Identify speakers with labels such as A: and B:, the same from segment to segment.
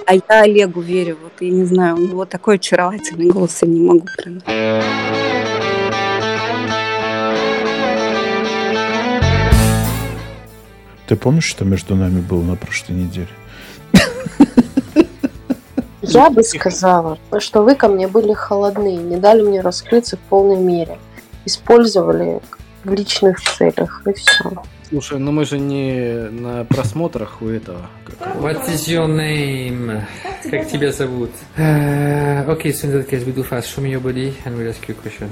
A: А я Олегу верю, вот я не знаю, у него такой очаровательный голос, я не могу прям.
B: Ты помнишь, что между нами было на прошлой неделе?
C: Я бы сказала, что вы ко мне были холодны, не дали мне раскрыться в полной мере. Использовали в личных целях, и все.
D: Слушай, ну мы же не на просмотрах у этого.
E: What is your name? Как тебя зовут? Okay, so in that case we do fast. Show me your body and we'll ask you a question.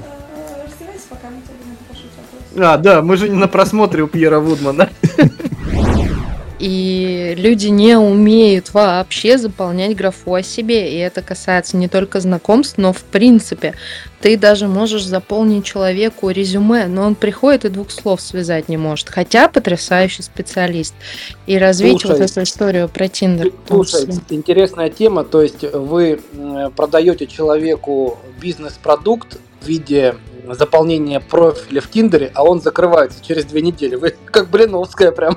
D: Да, мы же не на просмотре у Пьера Вудмана.
F: И люди не умеют вообще заполнять графу о себе. И это касается не только знакомств, но в принципе. Ты даже можешь заполнить человеку резюме, но он приходит и двух слов связать не может. Хотя потрясающий специалист. И развить вот эту историю про Тиндер.
D: Слушай, интересная тема. То есть вы продаете человеку бизнес-продукт в виде заполнения профиля в Тиндере, а он закрывается через 2 недели. Вы как Блиновская прям.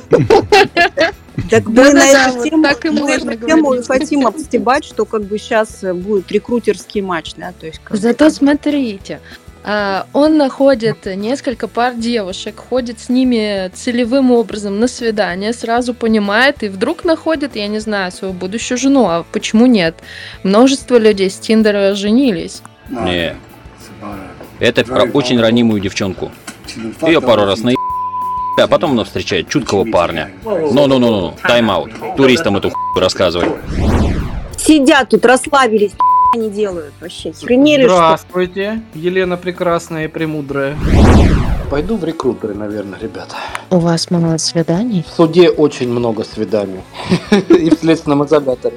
A: Так мы на эту тему хотим обстебать, что как бы сейчас будет рекрутерский матч, да, то есть.
F: Зато смотрите, он находит несколько пар девушек, ходит с ними целевым образом на свидание, сразу понимает и вдруг находит, я не знаю, свою будущую жену, а почему нет? Множество людей с Тиндера женились.
G: Не. Это про очень ранимую девчонку. Ее пару раз а потом она встречает чуткого парня. Ну, тайм-аут. Туристам эту рассказывай.
A: Сидят тут, расслабились, не делают вообще. Хренели,
D: Здравствуйте, Елена Прекрасная и Премудрая. Пойду в рекрутеры, наверное, ребята.
F: У вас много свиданий?
D: В суде очень много свиданий. И в следственном изоляторе.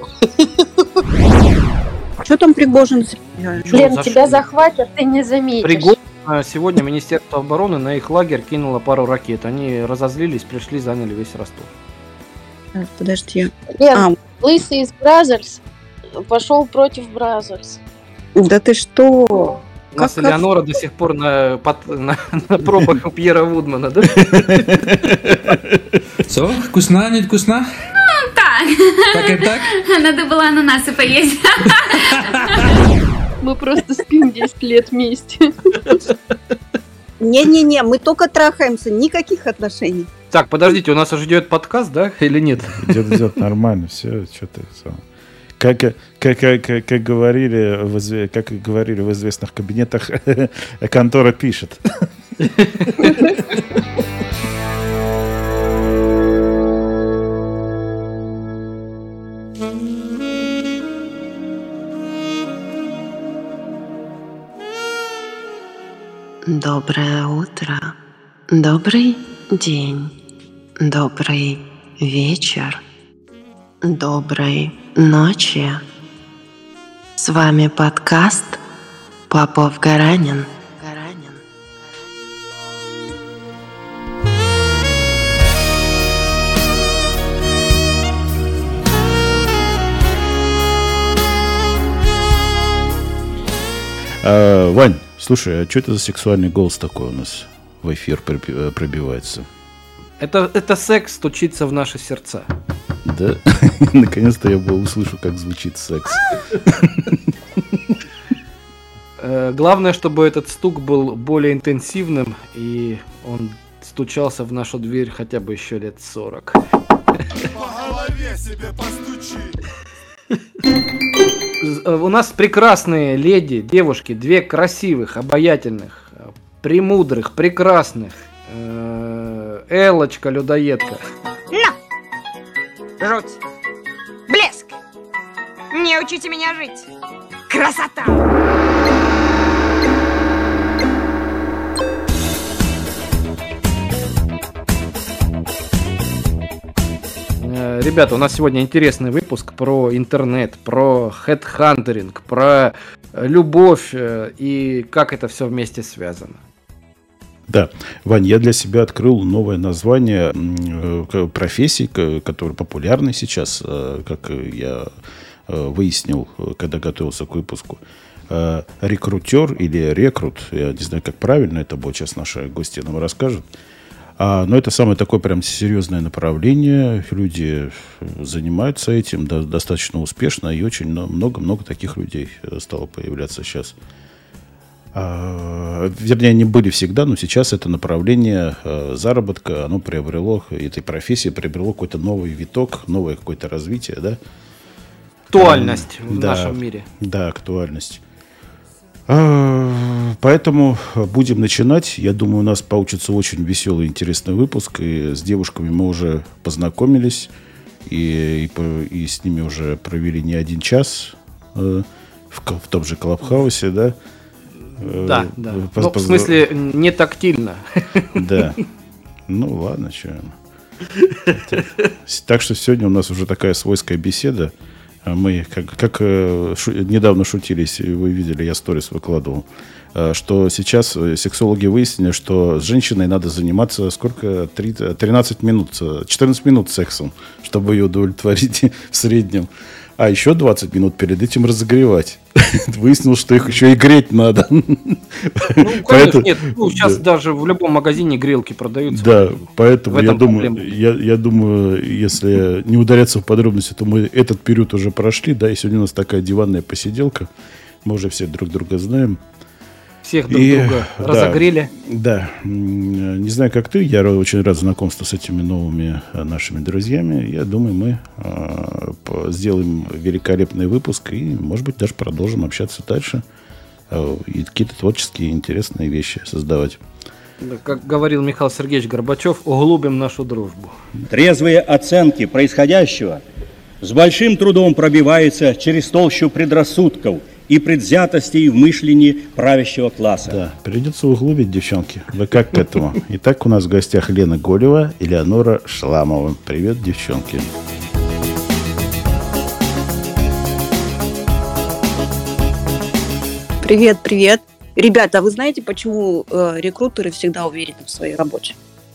A: Что там Пригожин?
C: Лен, тебя захватят, ты не заметишь.
D: Пригожин сегодня Министерство обороны на их лагерь кинуло пару ракет. Они разозлились, пришли, заняли весь Ростов.
A: Подожди.
C: Лен, лысый из Бразерс пошел против Бразерс.
A: Да ты что?
D: У нас Элеонора до сих пор на пробах у Пьера Вудмана, да?
E: So, вкусно, не вкусно? Так и так?
H: Надо было ананасы поесть.
C: Мы просто спим 10 лет вместе.
A: Не-не-не, мы только трахаемся, никаких отношений.
D: Так, подождите, у нас уже идет подкаст, да, или нет?
B: Идет нормально, все, что-то. Как говорили в известных кабинетах, контора пишет.
I: Доброе утро, добрый день, добрый вечер, доброй ночи. С вами подкаст Попов-Гаранин.
B: Вань, слушай, а что это за сексуальный голос такой у нас в эфир пробивается?
D: Это секс стучится в наши сердца.
B: Да? Наконец-то я услышу, как звучит секс.
D: Главное, чтобы этот стук был более интенсивным, и он стучался в нашу дверь хотя бы еще лет 40.
J: По голове себе постучи.
D: У нас прекрасные леди, девушки, 2 красивых, обаятельных, премудрых, прекрасных. Эллочка, людоедка.
K: Жуть. Блеск. Не учите меня жить. Красота.
D: Ребята, у нас сегодня интересный выпуск про интернет, про хедхантеринг, про любовь и как это все вместе связано.
B: Да, Вань, я для себя открыл новое название профессий, которые популярны сейчас, как я выяснил, когда готовился к выпуску. Рекрутер или рекрут, я не знаю, как правильно это будет, сейчас наши гости нам расскажут. Но это самое такое прям серьезное направление. Люди занимаются этим достаточно успешно, и очень много таких людей стало появляться сейчас. Вернее, они были всегда, но сейчас это направление заработка, оно приобрело, этой профессии приобрело какой-то новый виток, новое какое-то развитие, да?
D: Актуальность в нашем мире.
B: Да, актуальность. Поэтому будем начинать. Я думаю, у нас получится очень веселый, интересный выпуск. И с девушками мы уже познакомились. И с ними уже провели не один час в том же Клабхаусе, да?
D: Да. В смысле, не тактильно.
B: Да. Ну, ладно, что. Так что сегодня у нас уже такая свойская беседа. Мы, как недавно шутились, вы видели, я сторис выкладывал, что сейчас сексологи выяснили, что с женщиной надо заниматься 13 минут, 14 минут сексом, чтобы ее удовлетворить в среднем. А еще 20 минут перед этим разогревать. Выяснилось, что их еще и греть надо.
D: Ну, конечно, нет. Сейчас даже в любом магазине грелки продаются.
B: Да, поэтому я думаю, если не ударяться в подробности, то мы этот период уже прошли, да, и сегодня у нас такая диванная посиделка. Мы уже все друг друга знаем.
D: Всех друг друга разогрели.
B: Да. Не знаю, как ты, я очень рад знакомству с этими новыми нашими друзьями. Я думаю, мы сделаем великолепный выпуск и, может быть, даже продолжим общаться дальше и какие-то творческие интересные вещи создавать.
D: Как говорил Михаил Сергеевич Горбачев, углубим нашу дружбу.
L: Трезвые оценки происходящего с большим трудом пробиваются через толщу предрассудков и предвзятостей в мышлении правящего класса.
B: Да, придется углубить, девчонки. Вы как к этому? Итак, у нас в гостях Лена Голева и Леонора Шламова. Привет, девчонки.
A: Привет, привет. Ребята, а вы знаете, почему рекрутеры всегда уверены в своей работе?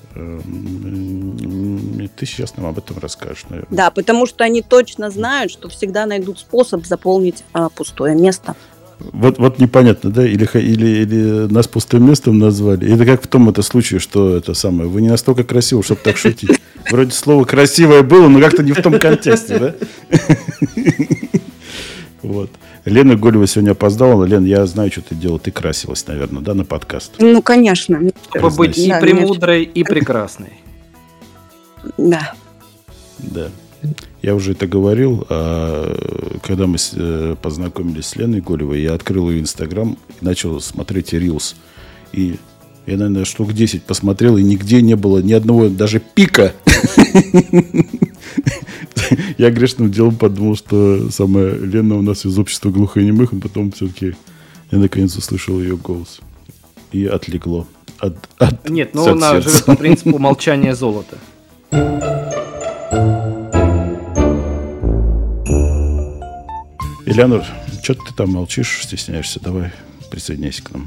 B: Ты сейчас нам об этом расскажешь, наверное.
A: Да, потому что они точно знают, что всегда найдут способ заполнить пустое место.
B: Вот непонятно, да? Или нас пустым местом назвали. Это как в том случае, что это самое. Вы не настолько красивы, чтобы так шутить. Вроде слово красивое было, но как-то не в том контексте, да? Вот. Лена Голева сегодня опоздала. Лен, я знаю, что ты делала. Ты красилась, наверное, да, на подкаст?
A: Ну, конечно.
D: Чтобы быть и премудрой, и прекрасной.
A: Да.
B: Да. Я уже это говорил. Когда мы познакомились с Леной Голевой, я открыл ее Инстаграм и начал смотреть Reels. И я, наверное, штук 10 посмотрел, и нигде не было ни одного даже пика. Я грешным делом подумал, что самая Лена у нас из общества глухонемых, а потом все-таки я наконец услышал ее голос. И отлегло.
D: Нет, но она живет по принципу молчания золота.
B: Элеонор, что ты там молчишь, стесняешься? Давай, присоединяйся к нам.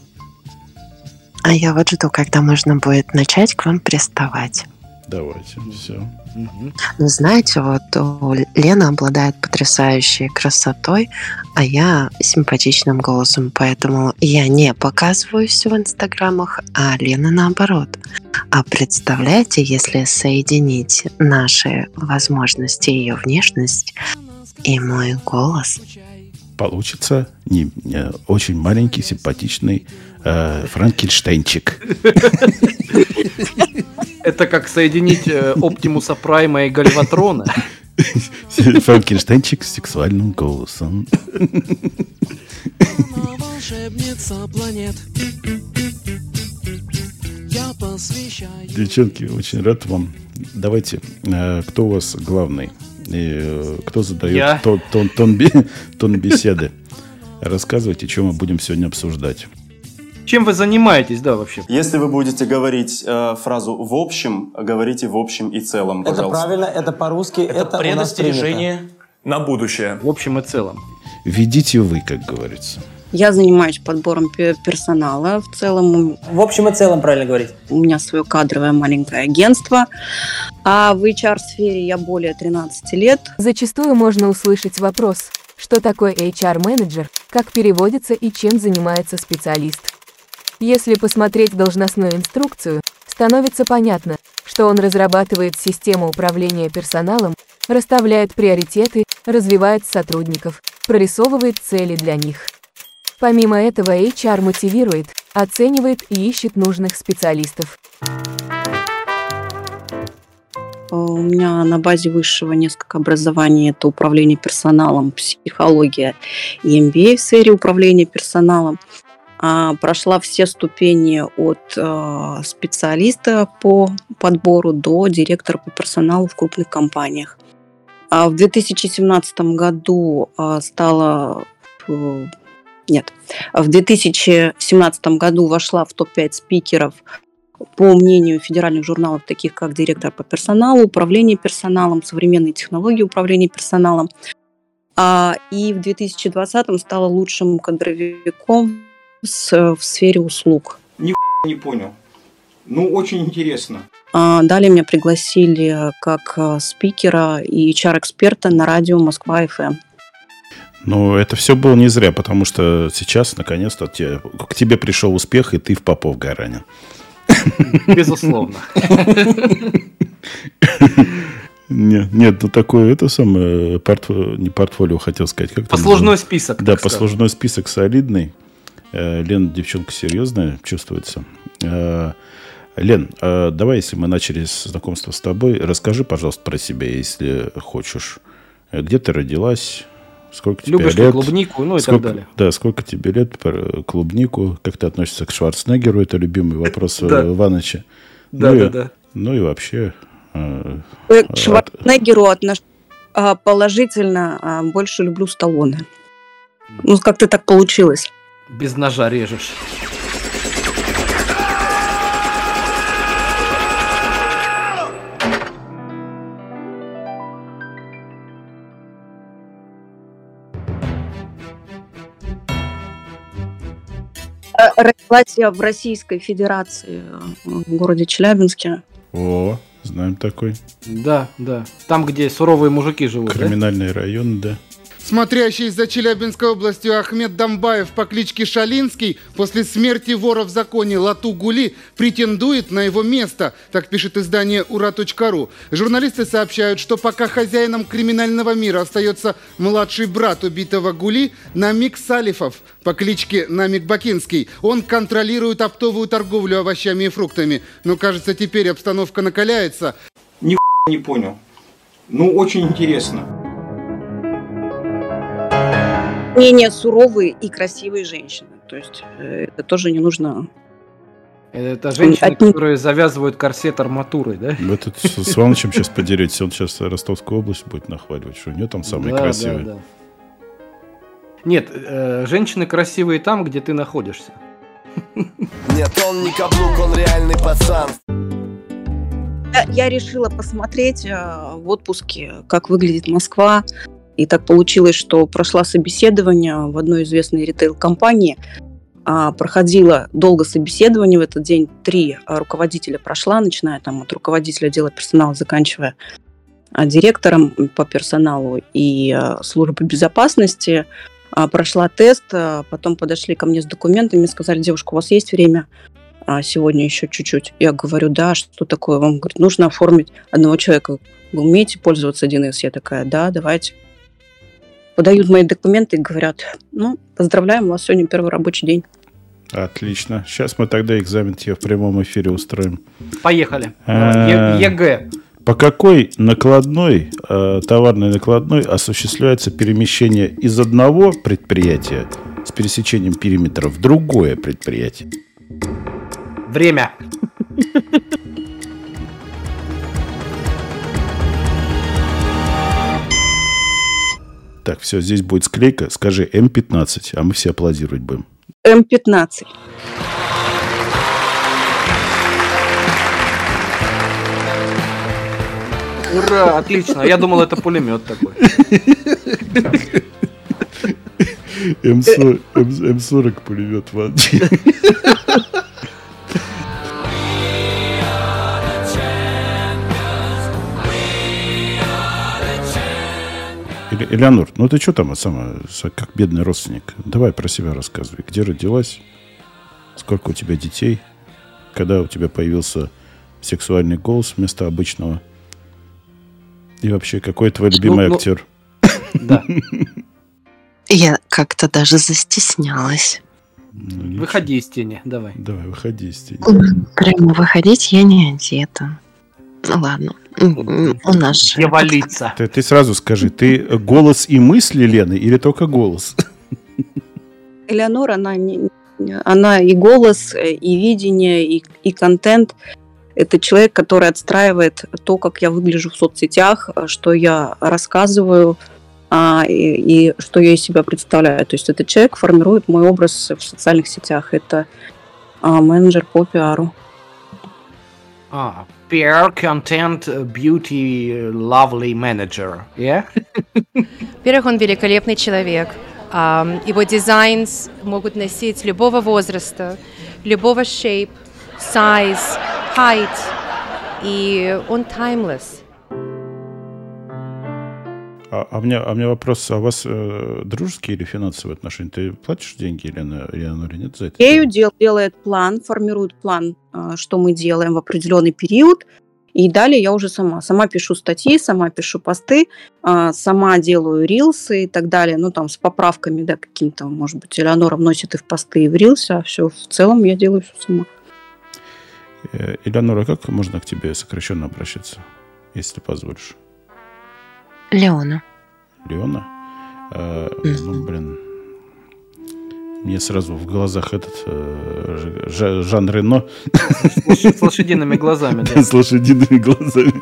I: А я вот жду, когда можно будет начать к вам приставать.
B: Давайте, все.
I: Ну, знаете, вот Лена обладает потрясающей красотой, а я симпатичным голосом, поэтому я не показываюсь в инстаграмах, а Лена наоборот. А представляете, если соединить наши возможности, ее внешность и мой голос?
B: Получится очень маленький, симпатичный Франкенштейнчик.
D: Это как соединить Оптимуса Прайма и Гальватрона.
B: Франкенштейнчик с сексуальным голосом. Девчонки, очень рад вам. Давайте, кто у вас главный? И кто задает тон беседы? Рассказывайте, что мы будем сегодня обсуждать.
D: Чем вы занимаетесь, да, вообще?
M: Если вы будете говорить фразу «в общем», говорите «в общем и целом», пожалуйста.
N: Это правильно, это по-русски, это
M: предостережение
N: на будущее.
D: В общем и целом.
B: Ведите вы, как говорится.
A: Я занимаюсь подбором персонала в целом.
N: В общем и целом, правильно говорить.
A: У меня свое кадровое маленькое агентство. А в HR-сфере я более 13 лет.
O: Зачастую можно услышать вопрос, что такое HR-менеджер, как переводится и чем занимается специалист. Если посмотреть должностную инструкцию, становится понятно, что он разрабатывает систему управления персоналом, расставляет приоритеты, развивает сотрудников, прорисовывает цели для них. Помимо этого, HR мотивирует, оценивает и ищет нужных специалистов.
A: У меня на базе высшего несколько образований. Это управление персоналом, психология и MBA в сфере управления персоналом. Прошла все ступени от специалиста по подбору до директора по персоналу в крупных компаниях. В 2017 году в 2017 году вошла в топ-5 спикеров по мнению федеральных журналов, таких как «Директор по персоналу», «Управление персоналом», «Современные технологии управления персоналом». И в 2020 стала лучшим кадровиком в сфере услуг.
P: Не понял. Ну, очень интересно.
A: Далее меня пригласили как спикера и HR-эксперта на радио Москва-ФМ.
B: Ну, это все было не зря, потому что сейчас, наконец-то, к тебе пришел успех, и ты в попов гаранин.
D: Безусловно.
B: Нет, ну такое, это самое, не портфолио, хотел сказать.
D: Послужной список.
B: Да, послужной список солидный. Лена, девчонка серьезная, чувствуется. Лен, давай, если мы начали знакомство с тобой, расскажи, пожалуйста, про себя, если хочешь. Где ты родилась? Сколько тебе
D: Любишь
B: лет?
D: ли клубнику, ну и так далее.
B: Да, сколько тебе лет, клубнику, как ты относишься к Шварценеггеру, это любимый вопрос Иваныча.
D: Да.
B: Ну и вообще...
A: К Шварценеггеру отношусь положительно, больше люблю Сталлоне. Ну, как-то так получилось.
D: Без ножа режешь.
A: Родилась я в Российской Федерации, в городе Челябинске.
B: О, знаем такой.
D: Да. Там, где суровые мужики живут,
B: Криминальный район, да.
Q: Смотрящий за Челябинской областью Ахмед Дамбаев по кличке Шалинский после смерти вора в законе Лату Гули претендует на его место, так пишет издание ура.ру. Журналисты сообщают, что пока хозяином криминального мира остается младший брат убитого Гули Намик Салифов по кличке Намик Бакинский. Он контролирует оптовую торговлю овощами и фруктами. Но, кажется, теперь обстановка накаляется.
P: Не понял. Ну, очень интересно.
A: Не суровые и красивые женщины. То есть это тоже не нужно...
D: Это женщины, которые завязывают корсет арматурой, да?
B: Вы тут с Иванычем сейчас подеретесь. Он сейчас Ростовскую область будет нахваливать, что у нее там самые красивые.
D: Да. Нет, женщины красивые там, где ты находишься.
J: Нет, он не каблук, он реальный пацан.
A: Я решила посмотреть в отпуске, как выглядит Москва. И так получилось, что прошла собеседование в одной известной ритейл-компании. Проходила долго собеседование в этот день. 3 руководителя прошла, начиная там от руководителя отдела персонала, заканчивая директором по персоналу и службы безопасности. Прошла тест, потом подошли ко мне с документами, сказали: девушка, у вас есть время сегодня еще чуть-чуть? Я говорю: да, что такое? Он говорит: нужно оформить одного человека. Вы умеете пользоваться 1С? Я такая: да, давайте. Подают мои документы и говорят: ну, поздравляем, у вас сегодня первый рабочий день.
B: Отлично. Сейчас мы тогда экзамен тебе в прямом эфире устроим.
D: Поехали. ЕГЭ.
B: По какой накладной, товарной накладной осуществляется перемещение из одного предприятия с пересечением периметра в другое предприятие?
D: Время.
B: Так, все, здесь будет склейка. Скажи М15, а мы все аплодировать будем.
A: М15.
D: Ура, отлично. Я думал, это пулемет такой.
B: М40 пулемет, Ван. Элеонор, ну ты что там, как бедный родственник? Давай про себя рассказывай. Где родилась? Сколько у тебя детей? Когда у тебя появился сексуальный голос вместо обычного. И вообще, какой твой любимый актер?
D: Да.
I: Я как-то даже застеснялась.
D: Выходи из тени, давай.
B: Давай, выходи из тени.
I: Прямо выходить я не одета. Ну ладно. У нас же...
D: Не валиться.
B: Ты сразу скажи, ты голос и мысли Лены или только голос?
A: Элеонора, она и голос, и видение, и контент. Это человек, который отстраивает то, как я выгляжу в соцсетях, что я рассказываю и что я из себя представляю. То есть этот человек формирует мой образ в социальных сетях. Это менеджер по пиару.
D: PR, content, beauty, lovely manager, yeah?
R: Во-первых, он великолепный человек. Его дизайн могут носить любого возраста, любого shape, size, height, и он timeless.
B: А у меня вопрос, а у вас дружеские или финансовые отношения? Ты платишь деньги Элеоноре, нет, за это?
A: Ею делает план, формирует план, что мы делаем в определенный период, и далее я уже сама пишу статьи, сама пишу посты, сама делаю рилсы и так далее, ну там с поправками, да, каким-то, может быть, Элеонора вносит и в посты, и в рилсы, а все в целом я делаю все сама.
B: Элеонора, как можно к тебе сокращенно обращаться, если позволишь?
I: Леона.
B: Леона? Ну, блин. Мне сразу в глазах этот Жан Рено.
D: С лошадиными глазами, да.
B: С лошадиными глазами.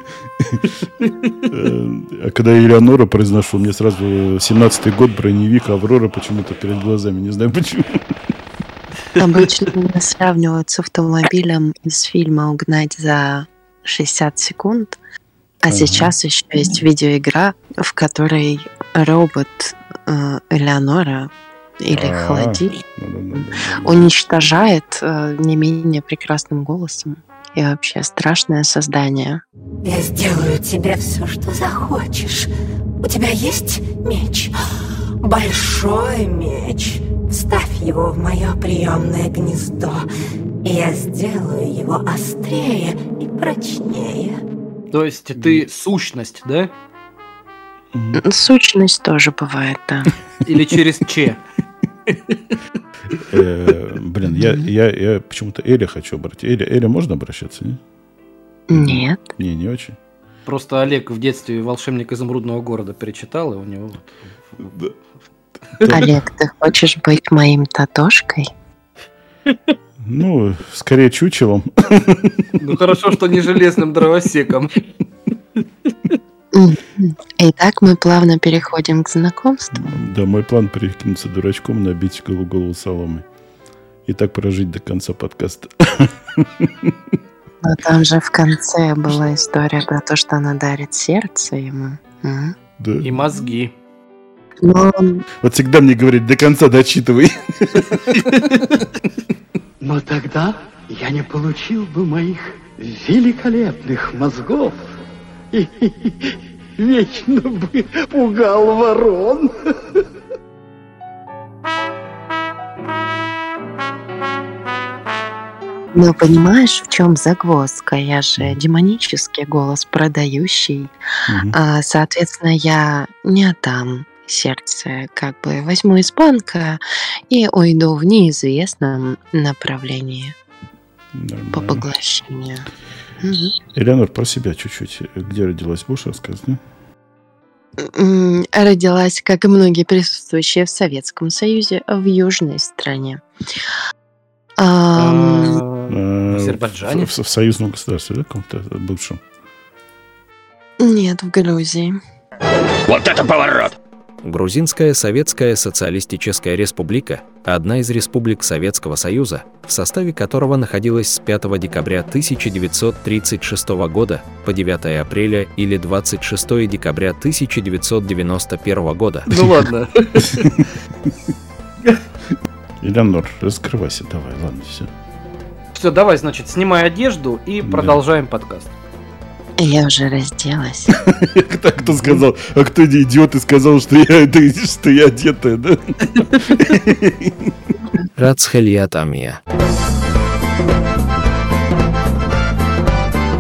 B: А когда я Элеонора произношу, мне сразу 17-й год, броневик, Аврора почему-то перед глазами. Не знаю почему.
I: Обычно меня сравнивают с автомобилем из фильма «Угнать за 60 секунд». А сейчас еще есть видеоигра, в которой робот Элеонора или холодильник уничтожает не менее прекрасным голосом. И вообще страшное создание.
S: Я сделаю тебе все, что захочешь. У тебя есть меч? Большой меч. Вставь его в мое приемное гнездо, и я сделаю его острее и прочнее.
D: То есть ты сущность, да?
I: Сущность тоже бывает, да.
D: Или через Че?
B: Блин, я почему-то Эля хочу обратиться. Эля можно обращаться, не?
I: Нет.
B: Не очень.
D: Просто Олег в детстве «Волшебник изумрудного города» перечитал, и у него...
I: Олег, ты хочешь быть моим Татошкой?
B: Ну, скорее чучелом.
D: Ну, хорошо, что не железным дровосеком.
I: Итак, мы плавно переходим к знакомству.
B: Да, мой план прикинуться дурачком, набить голову соломой. И так прожить до конца подкаста.
I: Но там же в конце была история про то, что она дарит сердце ему.
B: Да.
D: И мозги.
I: Но...
B: Вот всегда мне говорит, до конца дочитывай.
T: Но тогда я не получил бы моих великолепных мозгов и вечно бы пугал ворон.
I: Но понимаешь, в чем загвоздка? Я же демонический голос продающий. Соответственно, я не отдам сердце, как бы возьму из банка и уйду в неизвестном направлении.
B: Нормально.
I: По поглощению.
B: Элеонор, про себя чуть-чуть. Где родилась, будешь рассказать, да?
I: Родилась, как и многие присутствующие в Советском Союзе, в южной стране.
D: В Азербайджане?
B: В союзном государстве, да, каком-то бывшем?
I: Нет, в Грузии.
G: Вот это поворот!
U: Грузинская Советская Социалистическая Республика – одна из республик Советского Союза, в составе которого находилась с 5 декабря 1936 года по 9 апреля или 26 декабря 1991 года.
D: Ну ладно.
B: Элеонор, раскрывайся, давай, ладно, все.
D: Все, давай, значит, снимай одежду и продолжаем подкаст.
I: Я уже разделась.
B: Кто сказал? А кто идиот и сказал, что я одетая, да?
U: Рацхельятамия.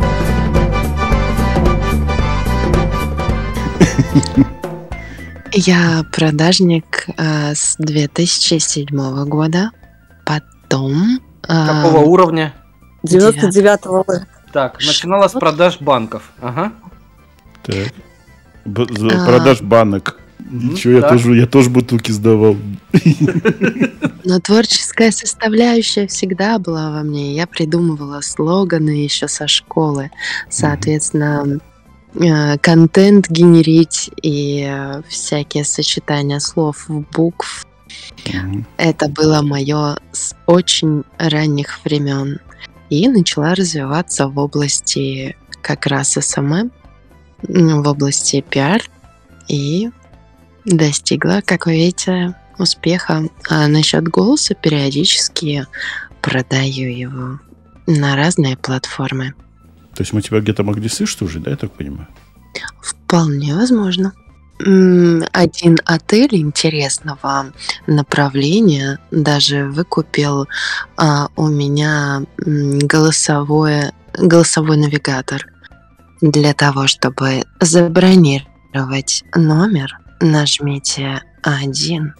I: Я продажник с 2007 года. Потом...
D: Какого уровня?
A: 99-го.
D: Так, начинала с продаж банков. Ага.
B: Так. Продаж банок. Ничего, я тоже бутылки сдавал.
I: Но творческая составляющая всегда была во мне. Я придумывала слоганы еще со школы. Соответственно, контент генерить и всякие сочетания слов, букв. Это было мое с очень ранних времен. И начала развиваться в области как раз СММ, в области пиар. И достигла, как вы видите, успеха. А насчет голоса периодически продаю его на разные платформы.
B: То есть мы тебя где-то могли слышать уже, да, я так понимаю?
I: Вполне возможно. Один отель интересного направления даже выкупил у меня голосовой навигатор. Для того, чтобы забронировать номер, нажмите 1.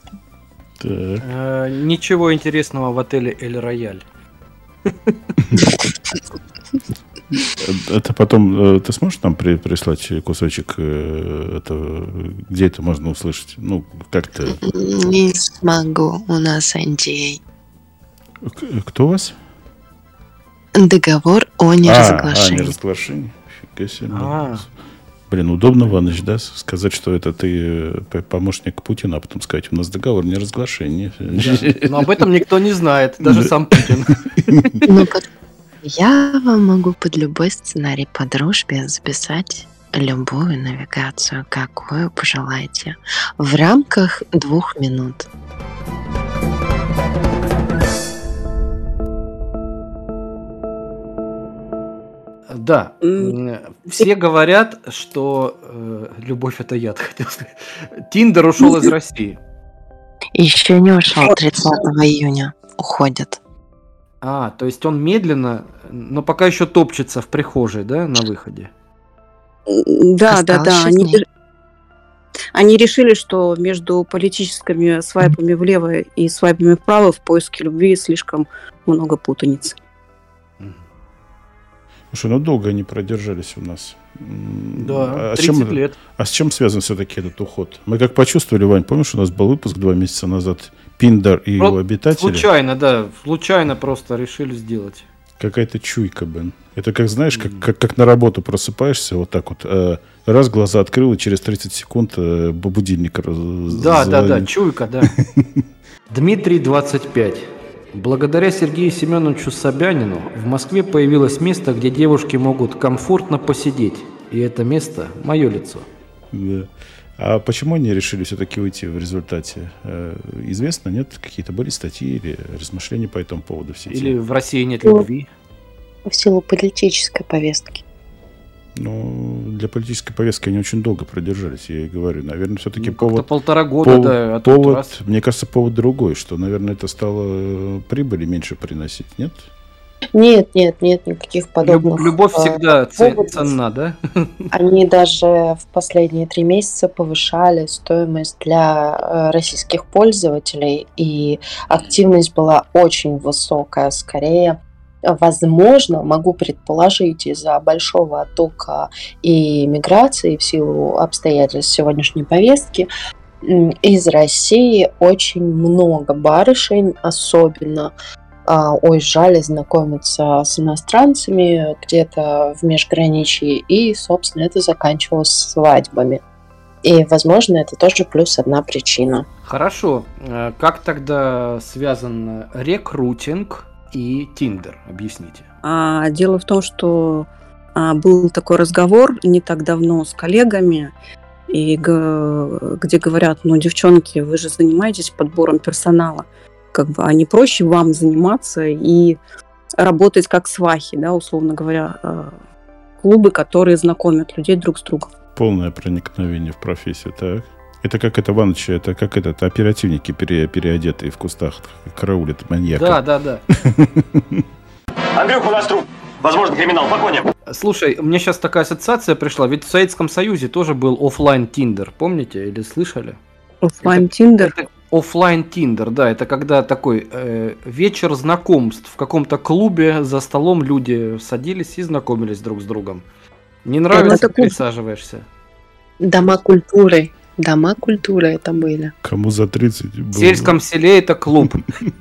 D: Ничего интересного в отеле Эль Рояль.
B: Это потом ты сможешь нам прислать кусочек этого, где это можно услышать? Ну, как-то...
I: Не смогу, у нас NDA.
B: Кто у вас?
I: Договор о неразглашении.
B: Неразглашении. Фига себе. Блин, удобно, Иваныч, да, сказать, что это ты помощник Путина, а потом сказать, у нас договор не разглашение.
D: Но об этом никто не знает, даже сам Путин.
I: Я вам могу под любой сценарий по дружбе записать любую навигацию, какую пожелаете, в рамках 2 минут.
D: Да, все говорят, что любовь это яд, хотел сказать. Тиндер ушел из России.
I: Еще не ушел, 30 июня уходит.
D: То есть он медленно, но пока еще топчется в прихожей, да, на выходе?
A: Да. Они решили, что между политическими свайпами влево и свайпами вправо в поиске любви слишком много путаницы.
B: Слушай, долго они продержались у нас.
D: Да, 30 лет.
B: А с чем связан все-таки этот уход? Мы как почувствовали, Вань, помнишь, у нас был выпуск 2 месяца назад, Пиндер и его обитатели?
D: Случайно просто решили сделать.
B: Какая-то чуйка, Бен. Это как, знаешь, как на работу просыпаешься, вот так вот, раз глаза открыл, и через 30 секунд будильник звонит.
D: Да, чуйка, да. Дмитрий, 25. Благодаря Сергею Семеновичу Собянину в Москве появилось место, где девушки могут комфортно посидеть. И это место – мое лицо.
B: Да. А почему они решили все-таки уйти в результате? Известно, нет? Какие-то были статьи или размышления по этому поводу в сети?
D: Или в России нет любви?
C: В силу политической повестки.
B: Ну, для политической повестки они очень долго продержались, я и говорю. Наверное, все-таки повод...
D: 1,5 года,
B: повод, мне кажется, повод другой, что, наверное, это стало прибыли меньше приносить, нет?
C: Нет, никаких подобных.
D: Любовь всегда ценна, да?
C: Они даже в последние 3 месяца повышали стоимость для российских пользователей, и активность была очень высокая, скорее. Возможно, могу предположить, из-за большого оттока и миграции в силу обстоятельств сегодняшней повестки, из России очень много барышень, особенно уезжали знакомиться с иностранцами где-то в межграничье, и, собственно, это заканчивалось свадьбами. И, возможно, это тоже плюс одна причина.
D: Хорошо. Как тогда связан рекрутинг и Тиндер? Объясните.
A: Дело в том, что был такой разговор не так давно с коллегами, и где говорят, девчонки, вы же занимаетесь подбором персонала, а не проще вам заниматься и работать как свахи, да, условно говоря, клубы, которые знакомят людей друг с другом.
B: Полное проникновение в профессию, так. Это как это, Иваныч, это как оперативники, переодетые в кустах, караулят маньяка.
D: Да.
F: Андрюх, у нас труп. Возможно, криминал. По коням.
D: Слушай, мне сейчас такая ассоциация пришла, ведь в Советском Союзе тоже был оффлайн Тиндер, помните или слышали?
A: Оффлайн Тиндер?
D: Оффлайн Тиндер, да, это когда такой вечер знакомств в каком-то клубе, за столом люди садились и знакомились друг с другом. Не нравится, присаживаешься.
C: Дома культуры это были.
B: Кому за 30 было?
D: В сельском селе это клуб.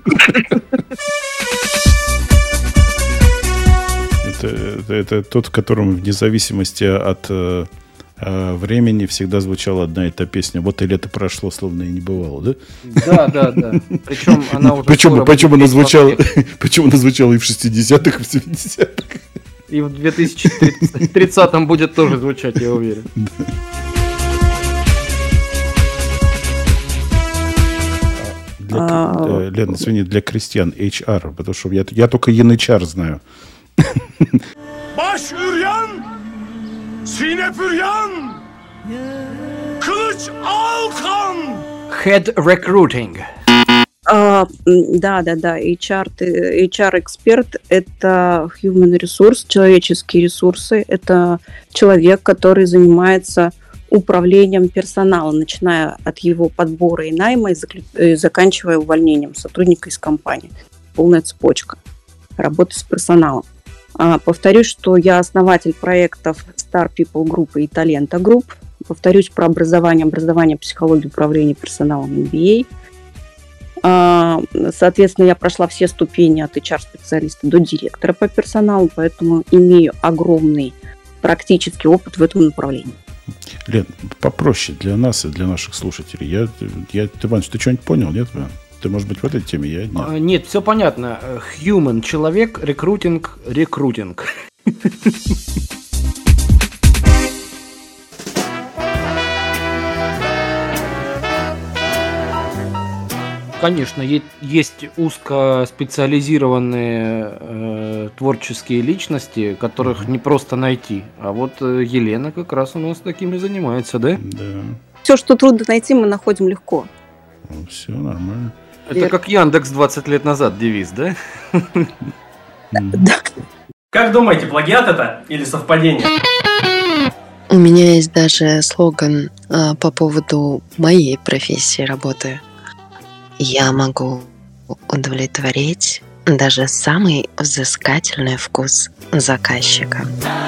B: Это тот, в котором вне зависимости от времени всегда звучала одна и та песня. Вот и лето прошло, словно и не бывало, да?
D: Да. Причем она уже...
B: Причем она звучала и в 60-х, и в 70-х.
D: И в 2030-м будет тоже звучать, я уверен.
B: Лена, извини, для крестьян HR, потому что я только янычар знаю.
J: Baş üryan, sine püryan, kılıç alkan.
D: Head recruiting.
A: Да, HR-эксперт – это human resource, человеческие ресурсы. Это человек, который занимается управлением персоналом, начиная от его подбора и найма и заканчивая увольнением сотрудника из компании. Полная цепочка работы с персоналом. Повторюсь, что я основатель проектов Star People Group и Talenta Group. Повторюсь про образование, психологию, управление персоналом MBA. Соответственно, я прошла все ступени от HR-специалиста до директора по персоналу, поэтому имею огромный практический опыт в этом направлении.
B: Лен, попроще для нас и для наших слушателей. Ты, Вань, ты что-нибудь понял, нет? Ты, может быть, в этой теме? Я нет.
D: Нет, все понятно. Human, человек, рекрутинг. Конечно, есть узкоспециализированные творческие личности, которых не просто найти. А вот Елена как раз у нас такими занимается, да?
B: Да.
A: Все, что трудно найти, мы находим легко.
B: Ну, все нормально.
D: Это как Яндекс 20 лет назад девиз, да?
A: Да.
F: Как думаете, плагиат это или совпадение?
I: У меня есть даже слоган по поводу моей профессии работы. Я могу удовлетворить даже самый взыскательный вкус заказчика.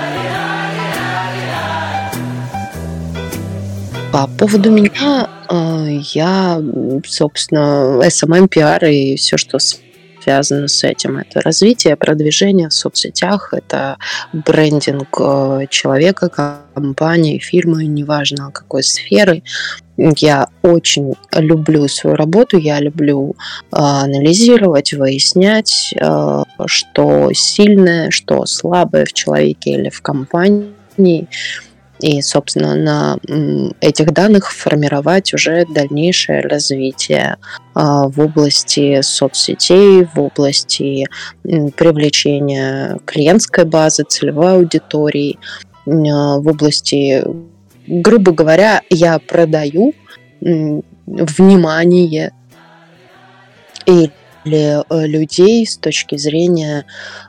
I: По поводу меня, я, собственно, SMM, PR и все, что связано с этим. Это развитие, продвижение в соцсетях, это брендинг человека, компании, фирмы, неважно какой сферы. Я очень люблю свою работу, я люблю анализировать, выяснять, что сильное, что слабое в человеке или в компании. И, собственно, на этих данных формировать уже дальнейшее развитие в области соцсетей, в области привлечения клиентской базы, целевой аудитории, в области, грубо говоря, я продаю внимание или людей с точки зрения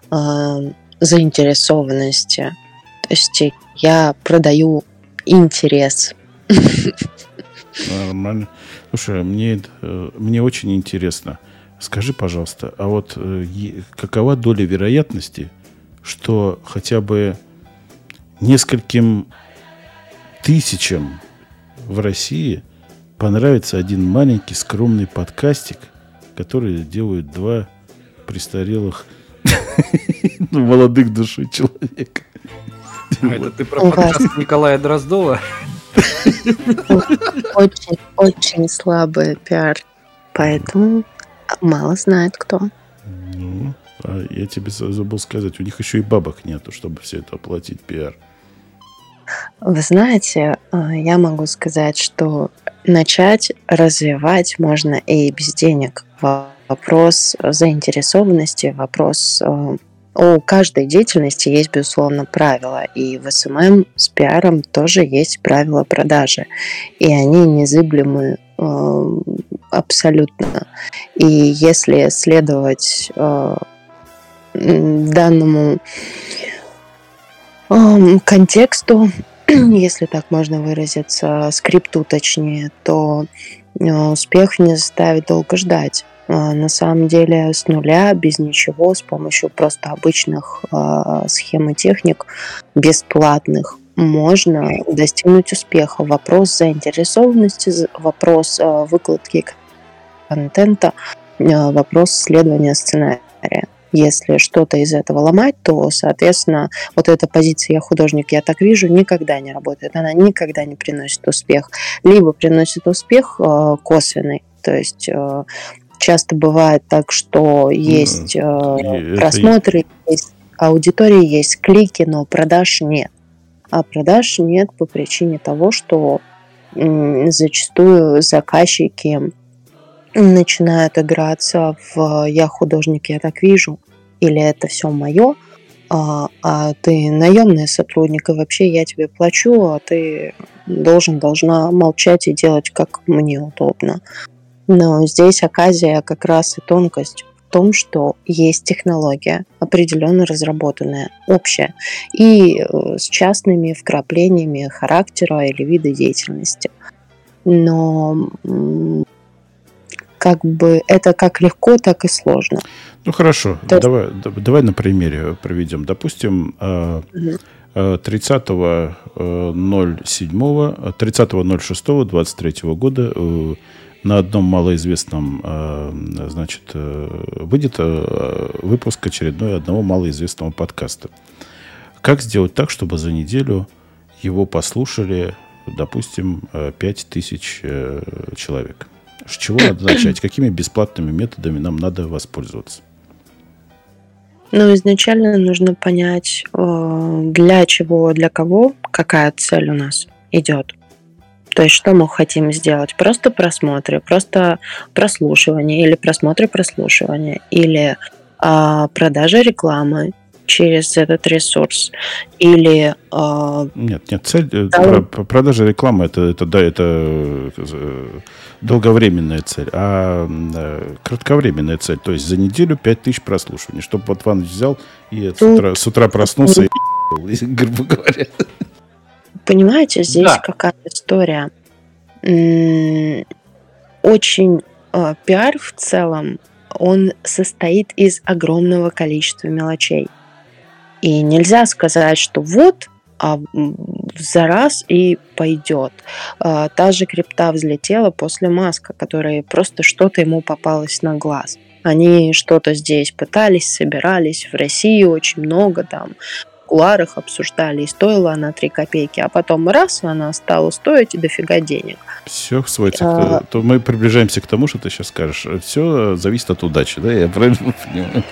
I: заинтересованности. То есть я продаю интерес.
B: Нормально. Слушай, мне очень интересно. Скажи, пожалуйста, а вот какова доля вероятности, что хотя бы нескольким тысячам в России понравится один маленький скромный подкастик, который делают два престарелых молодых душой человека?
D: Это ты про подкаст Николая Дроздова?
I: Очень слабый пиар, поэтому мало знает кто.
B: Ну, а я тебе забыл сказать, у них еще и бабок нету, чтобы все это оплатить, пиар.
I: Вы знаете, я могу сказать, что начать развивать можно и без денег. Вопрос заинтересованности, вопрос... У каждой деятельности есть, безусловно, правила. И в СММ с пиаром тоже есть правила продажи. И они незыблемы абсолютно. И если следовать
C: данному контексту, если так можно выразиться, скрипту точнее, то успех не заставит долго ждать. На самом деле с нуля, без ничего, с помощью просто обычных схем и техник, бесплатных, можно достигнуть успеха. Вопрос заинтересованности, вопрос выкладки контента, вопрос исследования сценария. Если что-то из этого ломать, то, соответственно, вот эта позиция «я художник, я так вижу» никогда не работает. Она никогда не приносит успех. Либо приносит успех косвенный, то есть часто бывает так, что есть просмотры, есть аудитория, есть клики, но продаж нет. А продаж нет по причине того, что зачастую заказчики начинают играться в «я художник, я так вижу», или «это все мое», а ты наемный сотрудник, и вообще я тебе плачу, а ты должна молчать и делать, как мне удобно. Но здесь оказия как раз и тонкость в том, что есть технология, определенно разработанная, общая, и с частными вкраплениями характера или вида деятельности. Но как бы это как легко, так и сложно.
B: Ну хорошо, давай на примере проведем. Допустим, 30.06.23 года на одном малоизвестном, значит, выйдет выпуск очередной одного малоизвестного подкаста. Как сделать так, чтобы за неделю его послушали, допустим, 5000 человек? С чего надо начать? Какими бесплатными методами нам надо воспользоваться?
C: Ну, изначально нужно понять, для чего, для кого, какая цель у нас идет. То есть, что мы хотим сделать? Просто просмотры, просто прослушивание, или прослушивания, или продажа рекламы через этот ресурс, или...
B: Нет, цель, продажа рекламы, это долговременная цель, а кратковременная цель, то есть за неделю 5000 прослушиваний, чтобы вот Ван взял и с утра проснулся и грубо говоря.
C: Понимаете, здесь какая история. Очень пиар в целом, он состоит из огромного количества мелочей. И нельзя сказать, что вот, за раз и пойдет. Та же крипта взлетела после Маска, который просто что-то ему попалось на глаз. Они что-то здесь пытались, собирались, в России очень много там, в кулуарах обсуждали, и стоила она 3 копейки, а потом раз, она стала стоить и дофига денег.
B: Все сводится то мы приближаемся к тому, что ты сейчас скажешь. Все зависит от удачи, да? Я правильно понимаю?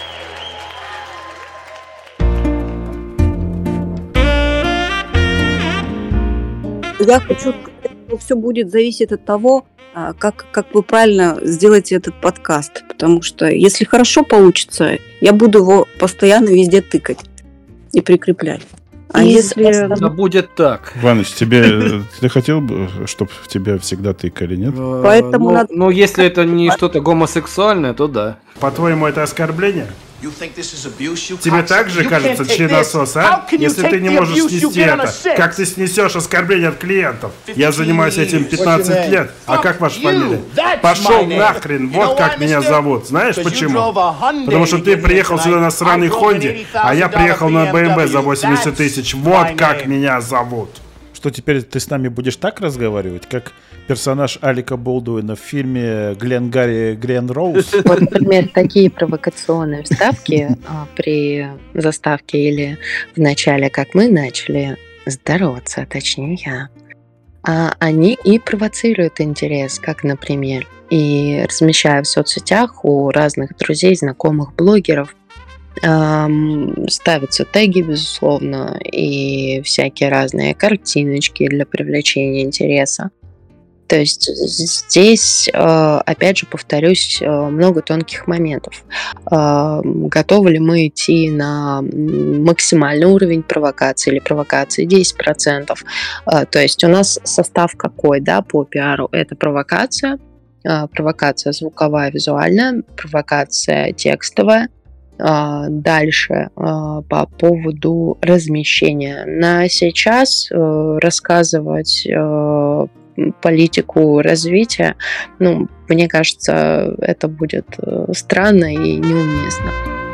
A: Я хочу сказать, что все будет зависеть от того, как вы правильно сделаете этот подкаст. Потому что если хорошо получится, я буду его постоянно везде тыкать и прикреплять. А если...
D: Да будет так.
B: Иваныч, ты хотел бы, чтобы тебя всегда тыкали, нет?
A: Поэтому
D: ну, если это не что-то гомосексуальное, то да.
E: По-твоему, это оскорбление? Тебе также кажется членосос, а? Если ты не можешь снести это, как ты снесешь оскорбление от клиентов? Я занимаюсь этим 15 лет. А как ваша фамилия? Пошел нахрен, вот как меня зовут. Знаешь почему? Потому что ты приехал сюда на сраной Хонде, а я приехал на БМВ за 80 тысяч. Вот как меня зовут.
B: Что теперь ты с нами будешь так разговаривать, как персонаж Алика Болдуина в фильме «Гленгарри Грен Роуз»?
C: Вот, например, такие провокационные вставки при заставке или в начале, как мы начали здороваться, точнее я, они и провоцируют интерес, как, например, и размещая в соцсетях у разных друзей, знакомых, блогеров, ставятся теги, безусловно, и всякие разные картиночки для привлечения интереса. То есть здесь, опять же, повторюсь, много тонких моментов. Готовы ли мы идти на максимальный уровень провокации или провокации 10%? То есть у нас состав какой, да, по пиару? Это провокация звуковая, визуальная, провокация текстовая, дальше по поводу размещения. На сейчас рассказывать политику развития, мне кажется, это будет странно и неуместно.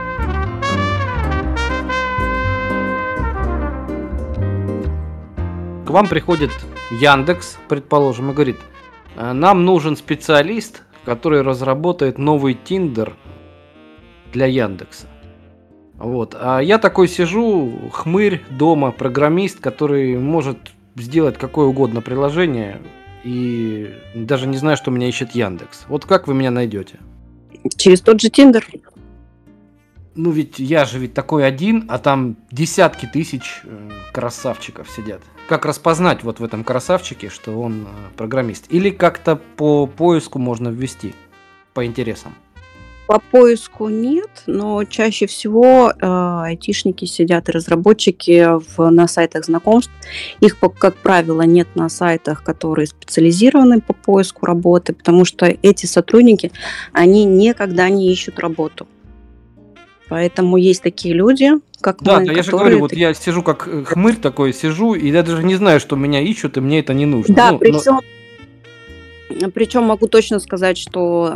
D: К вам приходит Яндекс, предположим, и говорит: нам нужен специалист, который разработает новый Тиндер для Яндекса. Вот. А я такой сижу, хмырь дома, программист, который может сделать какое угодно приложение, и даже не знаю, что меня ищет Яндекс. Вот как вы меня найдете?
A: Через тот же Тиндер.
D: Ведь я же такой один, а там десятки тысяч красавчиков сидят. Как распознать вот в этом красавчике, что он программист? Или как-то по поиску можно ввести по интересам?
A: По поиску нет, но чаще всего айтишники сидят и разработчики на сайтах знакомств. Их, как правило, нет на сайтах, которые специализированы по поиску работы, потому что эти сотрудники, они никогда не ищут работу. Поэтому есть такие люди, как мы,
D: которые... я же говорю, вот я сижу как хмырь такой, сижу, и я даже не знаю, что меня ищут, и мне это не нужно.
A: Да, причем могу точно сказать, что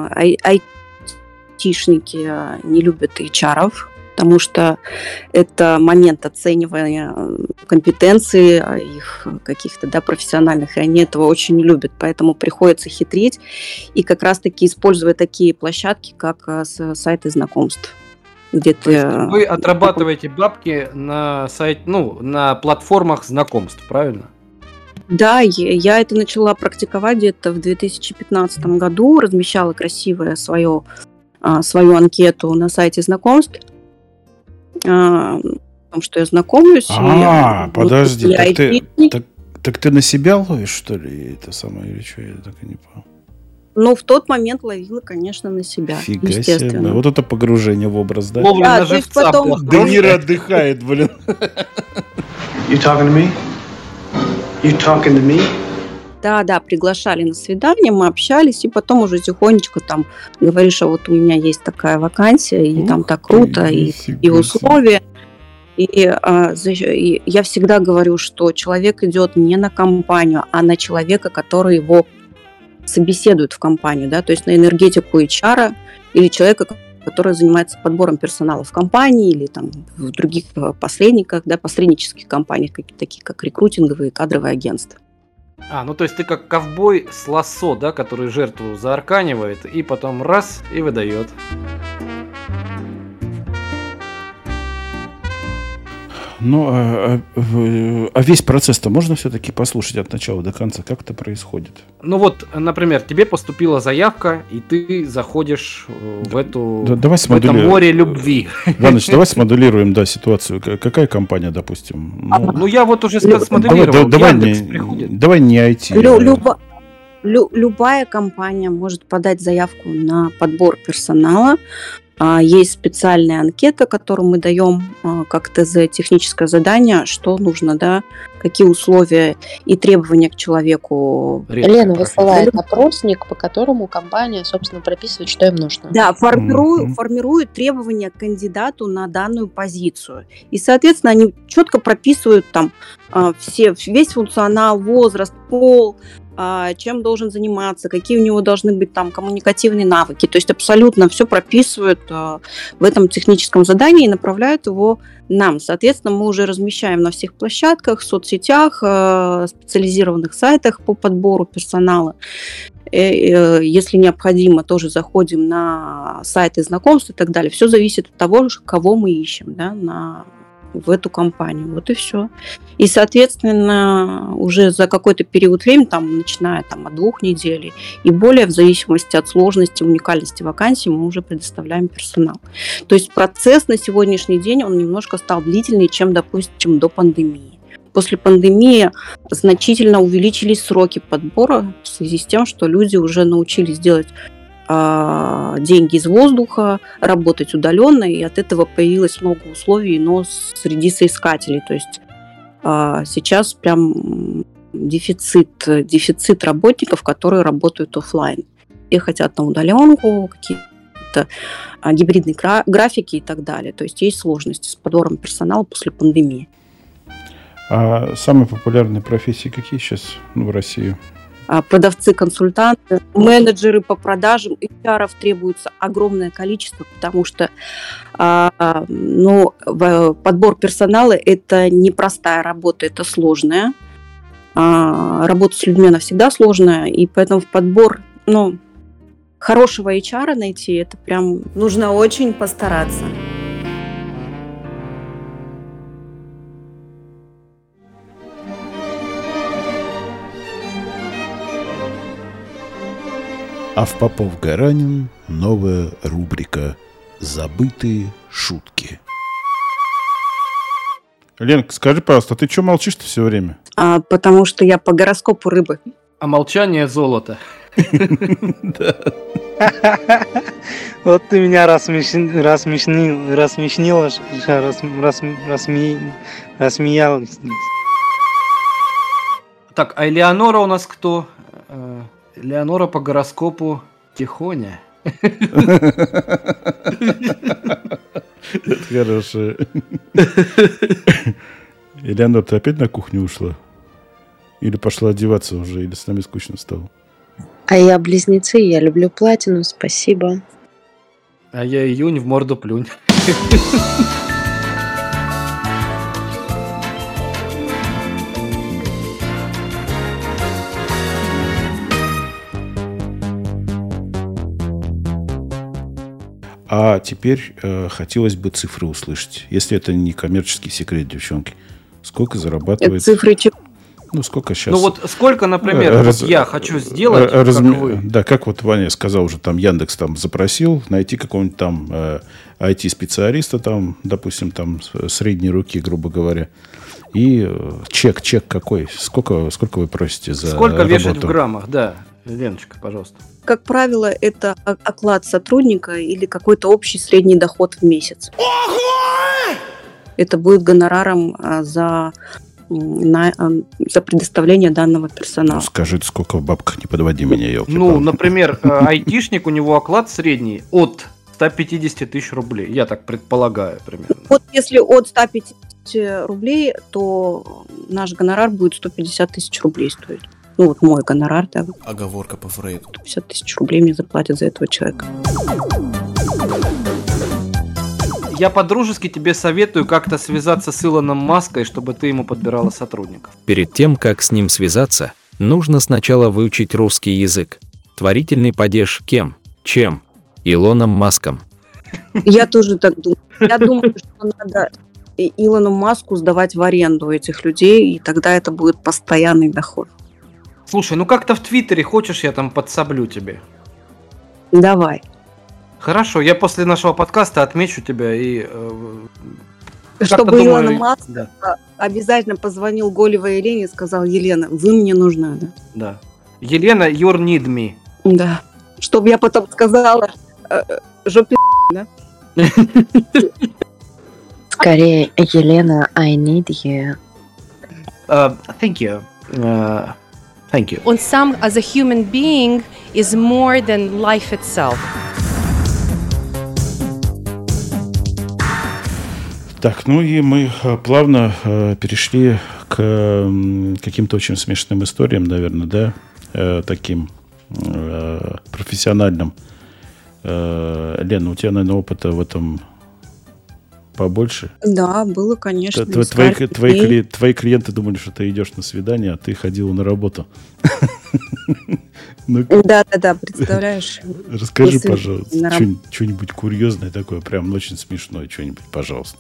A: айтишники не любят HR-ов, потому что это момент оценивания компетенций их каких-то профессиональных, и они этого очень не любят, поэтому приходится хитрить и как раз-таки использовать такие площадки, как сайты знакомств. Где
D: вы отрабатываете бабки на на платформах знакомств, правильно?
A: Да, я это начала практиковать где-то в 2015 году, размещала красивое свою анкету на сайте знакомств, о том, что я знакомлюсь.
B: Подожди, так ты на себя ловишь, что ли, это самое, или что, я так и не понял.
A: В тот момент ловила, конечно, на себя.
B: Фига
A: естественно.
B: себе. Вот это погружение в образ, да?
D: Да, то есть потом...
B: Данира отдыхает, блин.
H: You talking to me? You talking to me?
A: Да, приглашали на свидание, мы общались, и потом уже тихонечко там говоришь, а вот у меня есть такая вакансия, и там так круто, и условия. И я всегда говорю, что человек идет не на компанию, а на человека, который его собеседуют в компанию, да, то есть на энергетику HR или человека, который занимается подбором персонала в компании или там в других посредниках, да, посреднических компаниях, такие как рекрутинговые и кадровые агентства.
D: То есть ты как ковбой с лассо, да, который жертву заарканивает и потом раз и выдает.
B: А весь процесс-то можно все-таки послушать от начала до конца? Как это происходит?
D: Например, тебе поступила заявка, и ты заходишь в это море любви.
B: Иваныч, давай смоделируем, ситуацию. Какая компания, допустим?
D: Я вот уже смоделировал.
B: Давай не IT.
A: Любая компания может подать заявку на подбор персонала. Есть специальная анкета, которую мы даем как ТЗ, техническое задание, что нужно, да, какие условия и требования к человеку.
C: Лена высылает опросник, по которому компания, собственно, прописывает, что им нужно.
A: Да, формирует требования к кандидату на данную позицию. И, соответственно, они четко прописывают там весь функционал, возраст, пол, чем должен заниматься, какие у него должны быть там коммуникативные навыки. То есть абсолютно все прописывают в этом техническом задании и направляют его нам. Соответственно, мы уже размещаем на всех площадках, соцсетях, специализированных сайтах по подбору персонала. Если необходимо, тоже заходим на сайты знакомств и так далее. Все зависит от того, кого мы ищем, да, в эту компанию. Вот и все. И, соответственно, уже за какой-то период времени, начиная от 2 недель и более, в зависимости от сложности, уникальности вакансии, мы уже предоставляем персонал. То есть процесс на сегодняшний день, он немножко стал длительнее, чем, допустим, до пандемии. После пандемии значительно увеличились сроки подбора в связи с тем, что люди уже научились делать деньги из воздуха, работать удаленно, и от этого появилось много условий, но среди соискателей. То есть сейчас прям дефицит работников, которые работают офлайн. Все хотят на удаленку, какие-то какие-то гибридные графики и так далее. То есть есть сложности с подбором персонала после пандемии.
B: А самые популярные профессии какие сейчас в России?
A: Продавцы, консультанты, менеджеры по продажам, HR-ов требуется огромное количество, потому что подбор персонала – это непростая работа, это сложная. Работа с людьми, она всегда сложная, и поэтому в подбор, хорошего HR найти, это прям нужно очень постараться.
B: А в Попов-Гаранин новая рубрика «Забытые шутки». Ленка, скажи, пожалуйста, ты что молчишь-то все время?
A: Потому что я по гороскопу рыбы.
D: А молчание золото.
N: Вот ты меня рассмеялась.
D: Так, а Элеонора у нас кто? Элеонора по гороскопу Тихоня.
B: Это хорошее. Элеонора, ты опять на кухню ушла? Или пошла одеваться уже, или с нами скучно стало?
C: А я близнецы, я люблю платину, спасибо.
D: А я июнь, в морду плюнь.
B: А теперь хотелось бы цифры услышать. Если это не коммерческий секрет, девчонки. Сколько зарабатывает...
A: Цифры
B: сколько сейчас...
D: Ну вот сколько, например, я хочу сделать, как вы.
B: Да, как вот Ваня сказал уже, там Яндекс там запросил найти какого-нибудь там IT-специалиста, там, допустим, там средней руки, грубо говоря. И чек какой? Сколько вы просите за
D: Сколько
B: работу?
D: Вешать в граммах, да. Леночка, пожалуйста.
A: Как правило, это оклад сотрудника или какой-то общий средний доход в месяц. Ого! Это будет гонораром за предоставление данного персонала.
B: Ну, скажите, сколько в бабках, не подводи меня, елки-палки.
D: Ну, например, айтишник, у него оклад средний от 150 тысяч рублей. Я так предполагаю примерно.
A: Вот если от 150 рублей, то наш гонорар будет 150 тысяч рублей стоить. Ну, вот мой гонорар, да.
J: Оговорка по Фрейду.
A: 150 тысяч рублей мне заплатят за этого человека.
D: Я по-дружески тебе советую как-то связаться с Илоном Маской, чтобы ты ему подбирала сотрудников.
U: Перед тем, как с ним связаться, нужно сначала выучить русский язык. Творительный падеж кем? Чем? Илоном Маском.
A: Я тоже так думаю. Я думаю, что надо Илону Маску сдавать в аренду этих людей, и тогда это будет постоянный доход.
D: Слушай, ну как-то в Твиттере хочешь, я там подсоблю тебе?
A: Давай.
D: Хорошо, я после нашего подкаста отмечу тебя и...
A: Чтобы Илон Маск обязательно позвонил Голевой Елене и сказал: Елена, вы мне нужна, да?
D: Да. Елена, you need me.
A: Да. Чтобы я потом сказала: жопе, да?
C: Скорее, Елена, I need you.
D: Thank you. Thank you.
R: Он сам, as a human being, is more than life itself.
B: Так, ну и мы плавно перешли к каким-то очень смешным историям, наверное, да, таким профессиональным. Лена, у тебя, наверное, опыта в этом побольше?
A: Да, было, конечно.
B: Твои клиенты думали, что ты идешь на свидание, а ты ходила на работу.
A: Да, представляешь.
B: Расскажи, пожалуйста, что-нибудь курьезное такое, прям очень смешное, что-нибудь, пожалуйста.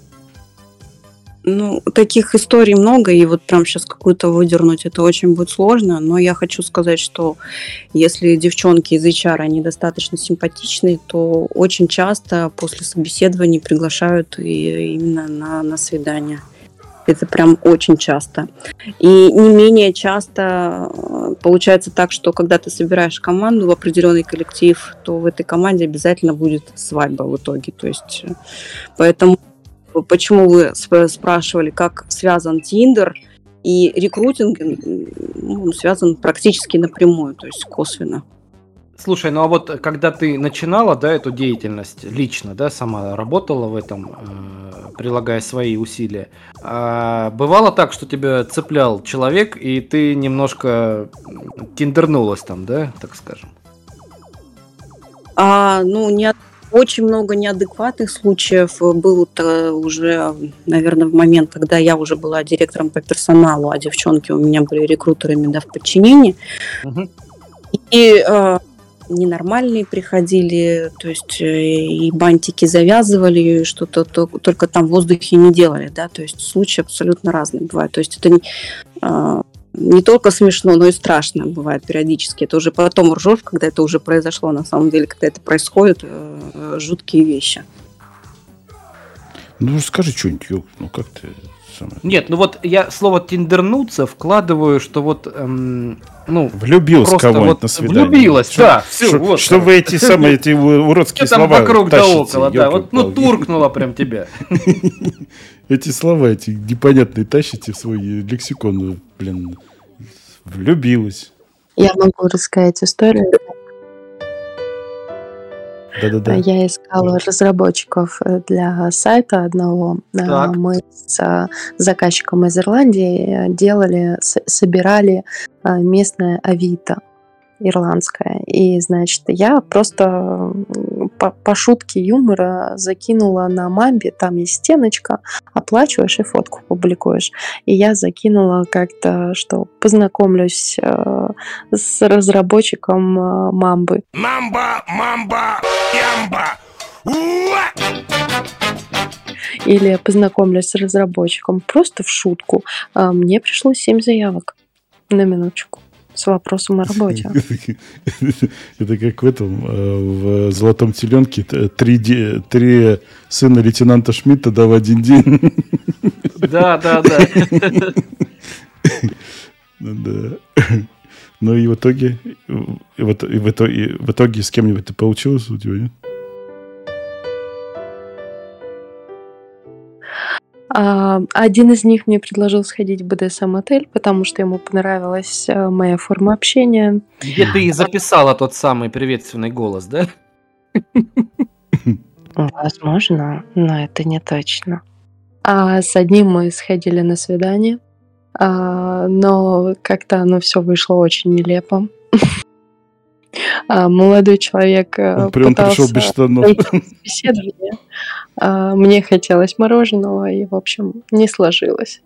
A: Ну, таких историй много, и вот прям сейчас какую-то выдернуть, это очень будет сложно, но я хочу сказать, что если девчонки из HR, они достаточно симпатичные, то очень часто после собеседований приглашают именно на свидание. Это прям очень часто. И не менее часто получается так, что когда ты собираешь команду в определенный коллектив, то в этой команде обязательно будет свадьба в итоге. То есть, поэтому почему вы спрашивали, как связан Tinder и рекрутинг, он связан практически напрямую, то есть косвенно.
D: Слушай, ну а вот когда ты начинала, да, эту деятельность лично, да, сама работала в этом, прилагая свои усилия, бывало так, что тебя цеплял человек, и ты немножко тиндернулась там, да, так скажем?
A: Очень много неадекватных случаев было уже, наверное, в момент, когда я уже была директором по персоналу, а девчонки у меня были рекрутерами, да, в подчинении. И ненормальные приходили, то есть и бантики завязывали, и что-то только там в воздухе не делали, да, то есть случаи абсолютно разные бывают. То есть это не только смешно, но и страшно бывает периодически. Это уже потом ржешь, когда это уже произошло, на самом деле, когда это происходит, жуткие вещи.
B: Ну, скажи что-нибудь, Юг, ну как ты...
D: Нет, ну вот я слово «тиндернуться» вкладываю, что вот,
B: влюбился кого-нибудь вот на свидание.
D: Влюбилась, да, все, вот.
B: Что вы эти уродские слова
D: там вокруг
B: тащите,
D: да около, да, вот, туркнула прям тебя.
B: Эти слова, эти непонятные тащите в свой лексикон, блин, влюбилась.
C: Я могу рассказать историю.
B: Да-да-да.
C: Я искала разработчиков для сайта одного.
D: Так.
C: Мы с заказчиком из Ирландии собирали местное Авито ирландское. И, значит, я просто по шутке юмора закинула на Мамбе, там есть стеночка, оплачиваешь и фотку публикуешь. И я закинула как-то, что познакомлюсь с разработчиком Мамбы.
J: Мамба, ямба!
C: Или познакомлюсь с разработчиком. Просто в шутку. Мне пришло 7 заявок на минуточку с вопросом о работе.
B: Это как в этом, в «Золотом теленке» три сына лейтенанта Шмидта, да, в один день.
D: Да.
B: Ну и в итоге с кем-нибудь ты получилось у тебя, нет?
C: Один из них мне предложил сходить в БДСМ-отель, потому что ему понравилась моя форма общения.
D: Где ты и записала тот самый приветственный голос, да?
C: Возможно, но это не точно. А с одним мы сходили на свидание, но как-то оно все вышло очень нелепо. Молодой человек пытался
B: пришел без штанов.
C: Собеседование. Мне хотелось мороженого, и, в общем, не сложилось.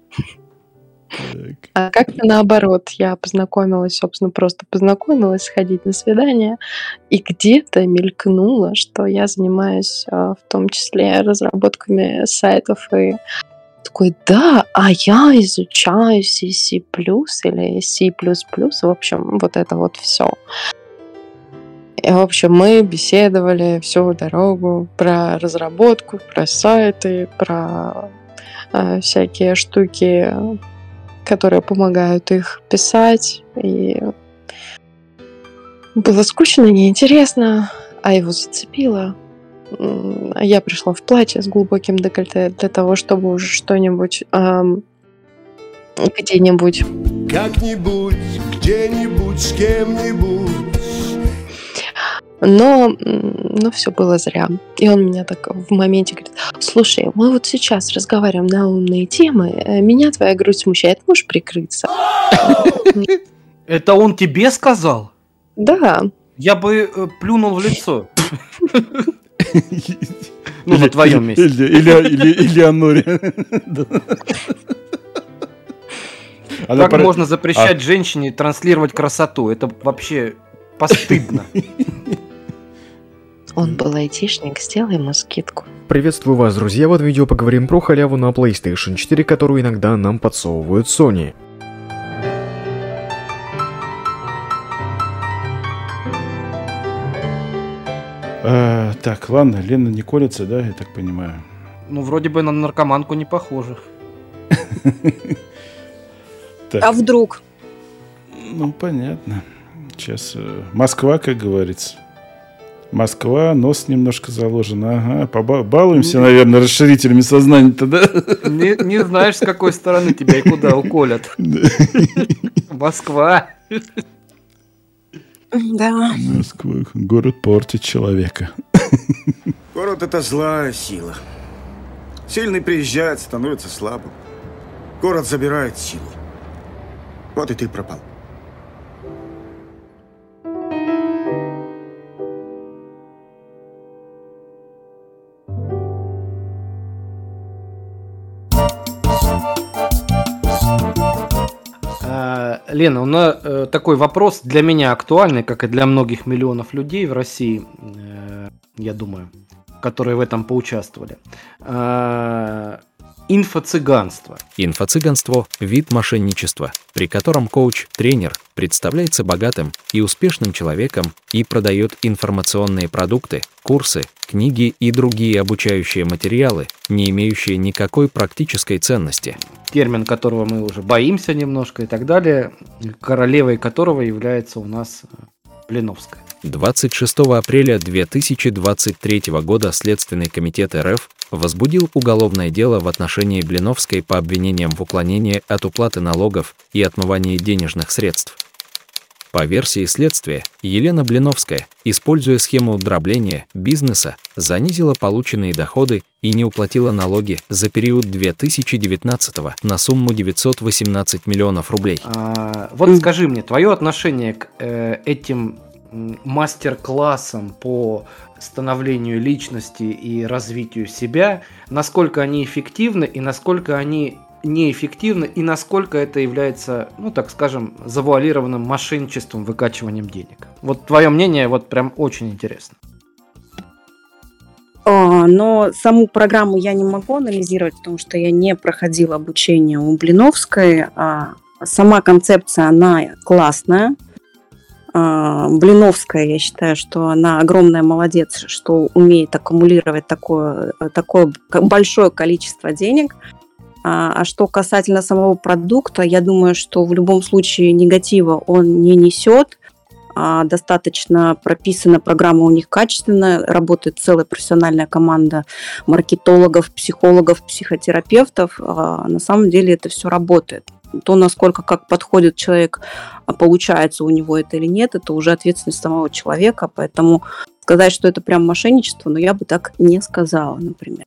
C: А как-то наоборот, я познакомилась, сходить на свидание, и где-то мелькнуло, что я занимаюсь в том числе разработками сайтов, и такой, да, а я изучаю C++ или C++, в общем, вот это вот все. И, в общем, мы беседовали всю дорогу про разработку, про сайты, про всякие штуки, которые помогают их писать. И было скучно, неинтересно, а его зацепило. Я пришла в платье с глубоким декольте для того, чтобы уже что-нибудь где-нибудь...
J: Как-нибудь, где-нибудь, с кем-нибудь.
C: Но все было зря. И он меня так в моменте говорит: слушай, мы вот сейчас разговариваем на умные темы, меня твоя грудь смущает, можешь прикрыться?
D: Это он тебе сказал?
C: Да.
D: Я бы плюнул в лицо. Ну, на твоем месте.
B: Или Аноре.
D: Как можно запрещать женщине транслировать красоту? Это вообще постыдно.
C: Он был айтишник, сделай ему скидку.
K: Приветствую вас, друзья! В этом видео поговорим про халяву на PlayStation 4, которую иногда нам подсовывают Sony.
B: Так, ладно, Лена не колется, да, я так понимаю?
D: Ну, вроде бы на наркоманку не похоже.
A: А вдруг?
B: Ну, понятно. Сейчас Москва, как говорится. Москва, нос немножко заложен. Ага, побалуемся, наверное, расширителями сознания-то, да?
D: Не знаешь, с какой стороны тебя и куда уколят. Москва.
A: Да.
B: Москва, город портит человека.
L: Город — это злая сила. Сильный приезжает, становится слабым. Город забирает силу. Вот и ты пропал.
D: Лена, у нас такой вопрос для меня актуальный, как и для многих миллионов людей в России, я думаю, которые в этом поучаствовали. Инфо-цыганство.
U: Инфо-цыганство – вид мошенничества, при котором коуч-тренер представляется богатым и успешным человеком и продает информационные продукты, курсы, книги и другие обучающие материалы, не имеющие никакой практической ценности.
D: Термин которого мы уже боимся немножко и так далее, королевой которого является у нас Блиновская.
U: 26 апреля 2023 года Следственный комитет РФ возбудил уголовное дело в отношении Блиновской по обвинениям в уклонении от уплаты налогов и отмывании денежных средств. По версии следствия, Елена Блиновская, используя схему дробления бизнеса, занизила полученные доходы и не уплатила налоги за период 2019 на сумму 918 миллионов рублей.
D: Вот скажи мне, твое отношение к этим мастер-классам по становлению личности и развитию себя, насколько они эффективны и насколько они неэффективны, и насколько это является, ну так скажем, завуалированным мошенничеством, выкачиванием денег. Вот твое мнение, вот прям очень интересно.
A: Но саму программу я не могу анализировать, потому что я не проходила обучение у Блиновской. Сама концепция, она классная. Блиновская, я считаю, что она огромная молодец, что умеет аккумулировать такое большое количество денег. А что касательно самого продукта, я думаю, что в любом случае негатива он не несет. Достаточно прописана программа у них качественная, работает целая профессиональная команда маркетологов, психологов, психотерапевтов. На самом деле это все работает. То, насколько как подходит человек, получается у него это или нет, это уже ответственность самого человека. Поэтому сказать, что это прям мошенничество, но я бы так не сказала, например.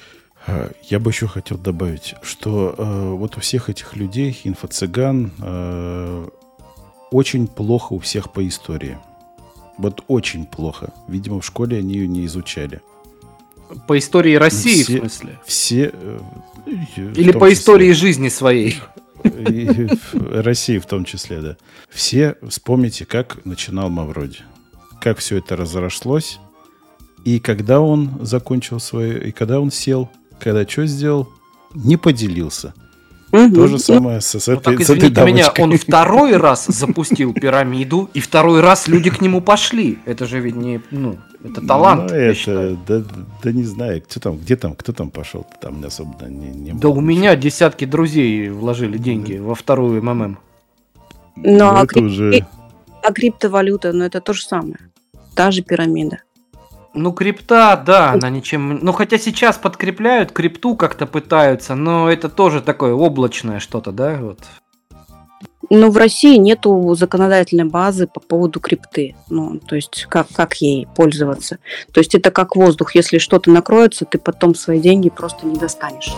B: Я бы еще хотел добавить, что вот у всех этих людей, инфо-цыган, очень плохо у всех по истории. Вот очень плохо. Видимо, в школе они ее не изучали.
D: По истории России, в смысле?
B: Все.
D: Или по истории жизни своей?
B: России в том числе, да. Все вспомните, как начинал Мавроди. Как все это разрослось. И когда он закончил свое... И когда он сел... Когда что сделал? Не поделился. То же самое с этой
D: извините меня, он второй раз запустил пирамиду, и второй раз люди к нему пошли. Это же ведь не... Ну, это талант, я считаю.
B: Да не знаю, кто там пошел? Там особо не
D: да у меня десятки друзей вложили деньги во вторую МММ.
A: Ну, а криптовалюта, это то же самое. Та же пирамида.
D: Ну, крипта, да, она ничем... Ну, хотя сейчас подкрепляют крипту, как-то пытаются, но это тоже такое облачное что-то, да? Вот.
A: Ну, в России нету законодательной базы по поводу крипты. Ну, то есть, как ей пользоваться. То есть, это как воздух. Если что-то накроется, ты потом свои деньги просто не достанешь.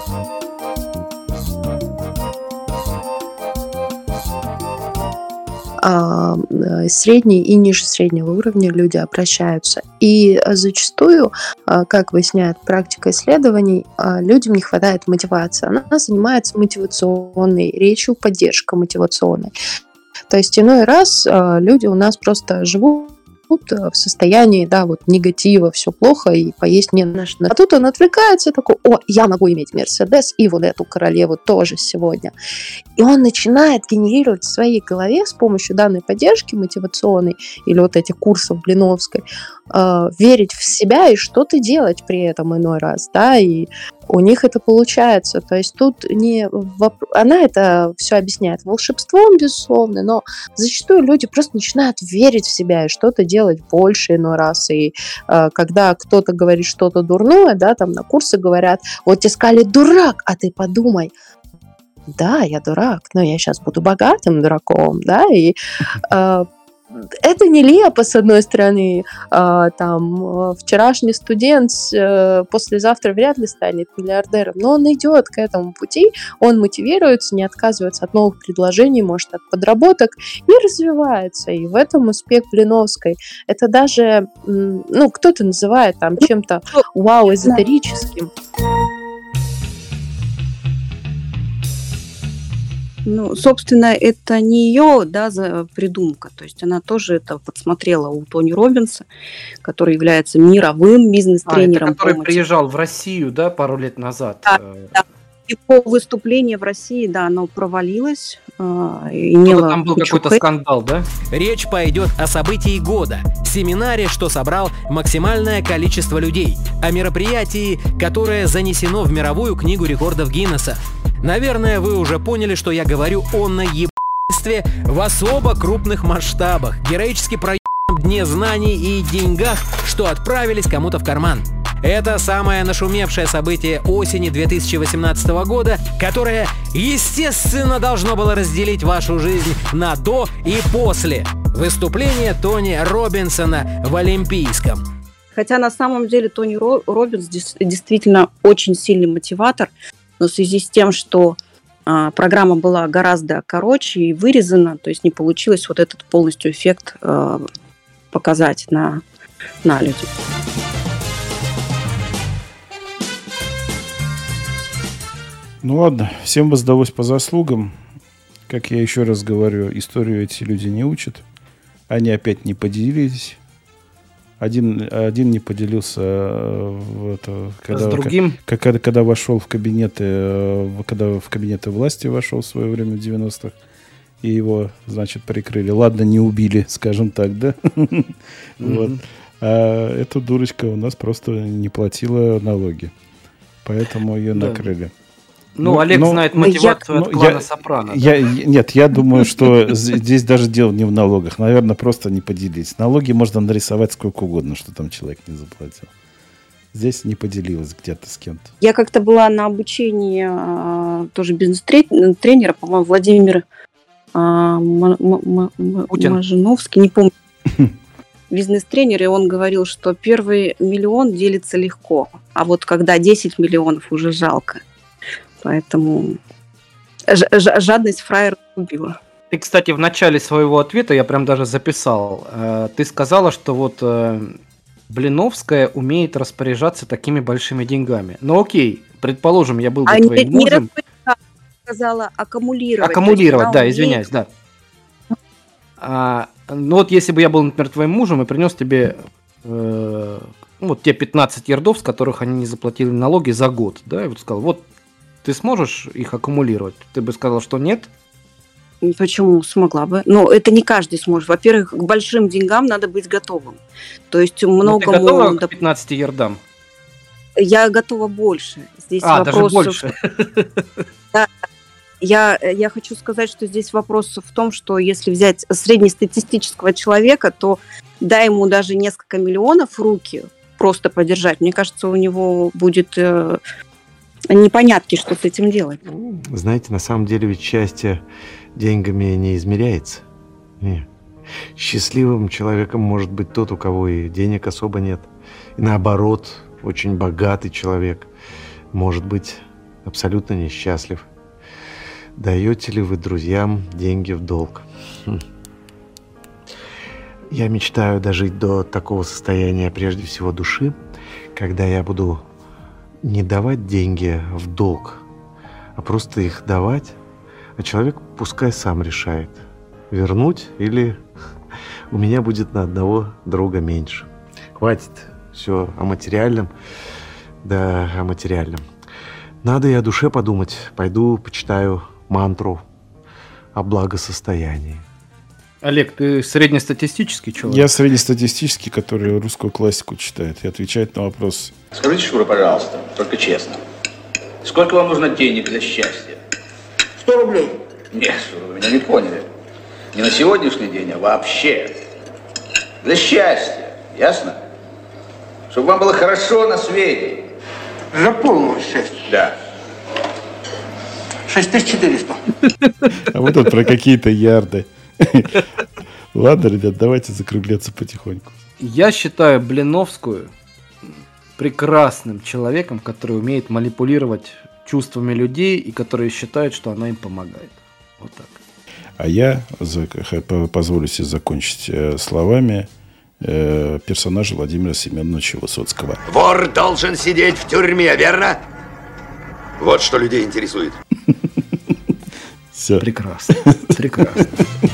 C: Средний и ниже среднего уровня люди обращаются. И зачастую, как выясняет практика исследований, людям не хватает мотивации. Она занимается мотивационной речью, поддержкой мотивационной. То есть иной раз люди у нас просто живут в состоянии, да, вот негатива, все плохо, и поесть не на что. А тут он отвлекается, такой: о, я могу иметь Мерседес и вот эту королеву тоже сегодня. И он начинает генерировать в своей голове с помощью данной поддержки мотивационной или вот этих курсов Блиновской, верить в себя и что-то делать при этом иной раз, да, и у них это получается. То есть тут не она это все объясняет волшебством, безусловно, но зачастую люди просто начинают верить в себя и что-то делать больше иной раз. И когда кто-то говорит что-то дурное, да, там на курсе говорят: вот тебе сказали дурак, а ты подумай. Да, я дурак, но я сейчас буду богатым дураком, да, и это нелепо, с одной стороны. Вчерашний студент послезавтра вряд ли станет миллиардером, но он идет к этому пути, он мотивируется, не отказывается от новых предложений, может, от подработок и развивается. И в этом успех Блиновской. Это даже, кто-то называет чем-то эзотерическим.
A: Собственно, это не ее, придумка. То есть она тоже это подсмотрела у Тони Роббинса, который является мировым бизнес-тренером.
D: Это который приезжал в Россию, пару лет назад.
A: Да. Его выступление в России, оно провалилось.
D: Там был какой-то скандал, да?
M: Речь пойдет о событии года, семинаре, что собрал максимальное количество людей, о мероприятии, которое занесено в мировую книгу рекордов Гиннесса. Наверное, вы уже поняли, что я говорю о наебстве в особо крупных масштабах, героически проебанном дне знаний и деньгах, что отправились кому-то в карман. Это самое нашумевшее событие осени 2018 года, которое, естественно, должно было разделить вашу жизнь на до и после. Выступление Тони Роббинсона в Олимпийском.
A: Хотя на самом деле Тони Роббинс действительно очень сильный мотиватор, но в связи с тем, что программа была гораздо короче и вырезана, то есть не получилось вот этот полностью эффект показать на людей.
B: Ну ладно, всем воздалось по заслугам. Как я еще раз говорю, историю эти люди не учат. Они опять не поделились. Один не поделился
D: с другим.
B: Когда вошел в кабинеты, когда в кабинеты власти вошел в свое время в 90-х, и его, значит, прикрыли. Ладно, не убили, скажем так, да? Вот. А эта дурочка у нас просто не платила налоги. Поэтому ее накрыли.
D: Олег знает мотивацию от клана Сопрано.
B: Нет, я думаю, что здесь даже дело не в налогах. Наверное, просто не поделились. Налоги можно нарисовать сколько угодно, что там человек не заплатил. Здесь не поделилась где-то с кем-то.
A: Я как-то была на обучении тоже бизнес-тренера, по-моему, Владимир Мажиновский, не помню. Бизнес-тренер, и он говорил, что первый миллион делится легко, а вот когда 10 миллионов уже жалко. Поэтому жадность фраера убила.
D: Ты, кстати, в начале своего ответа, я прям даже записал, ты сказала, что вот Блиновская умеет распоряжаться такими большими деньгами. Ну окей, предположим, я был бы твоим мужем.
A: Я сказала аккумулировать.
D: Аккумулировать, да, извиняюсь, да. Вот если бы я был, например, твоим мужем и принес тебе те 15 ярдов, с которых они не заплатили налоги за год, да, и вот сказал, вот ты сможешь их аккумулировать? Ты бы сказал, что нет?
A: Почему? Смогла бы. Но это не каждый сможет. Во-первых, к большим деньгам надо быть готовым. То есть многому...
D: Ты готова к 15 ярдам?
A: Я готова больше. Здесь вопрос...
D: даже больше?
A: Да. Я хочу сказать, что здесь вопрос в том, что если взять среднестатистического человека, то дай ему даже несколько миллионов в руки просто подержать. Мне кажется, у него будет... непонятки, что с этим делать.
V: Знаете, на самом деле ведь счастье деньгами не измеряется. Нет. Счастливым человеком может быть тот, у кого и денег особо нет. И наоборот, очень богатый человек может быть абсолютно несчастлив. Даете ли вы друзьям деньги в долг? Я мечтаю дожить до такого состояния, прежде всего души, когда я буду не давать деньги в долг, а просто их давать, а человек пускай сам решает, вернуть или у меня будет на одного друга меньше. Хватит все о материальном, да о материальном. Надо и о душе подумать. Пойду почитаю мантру о благосостоянии.
D: Олег, ты среднестатистический человек?
B: Я среднестатистический, который русскую классику читает и отвечает на вопрос.
W: Скажите, Шура, пожалуйста, только честно. Сколько вам нужно денег для счастья?
X: 100 рублей.
W: Нет, Шура, вы меня не поняли. Не на сегодняшний день, а вообще. Для счастья, ясно? Чтобы вам было хорошо на свете.
X: Для полного счастья?
W: Да.
X: 6400.
B: А вот тут про какие-то ярды. Ладно, ребят, давайте закругляться потихоньку.
D: Я считаю Блиновскую прекрасным человеком, который умеет манипулировать чувствами людей и который считает, что она им помогает. Вот так.
B: А я позволю себе закончить словами персонажа Владимира Семеновича Высоцкого.
O: Вор должен сидеть в тюрьме, верно? Вот что людей интересует.
B: Все.
D: Прекрасно. Прекрасно.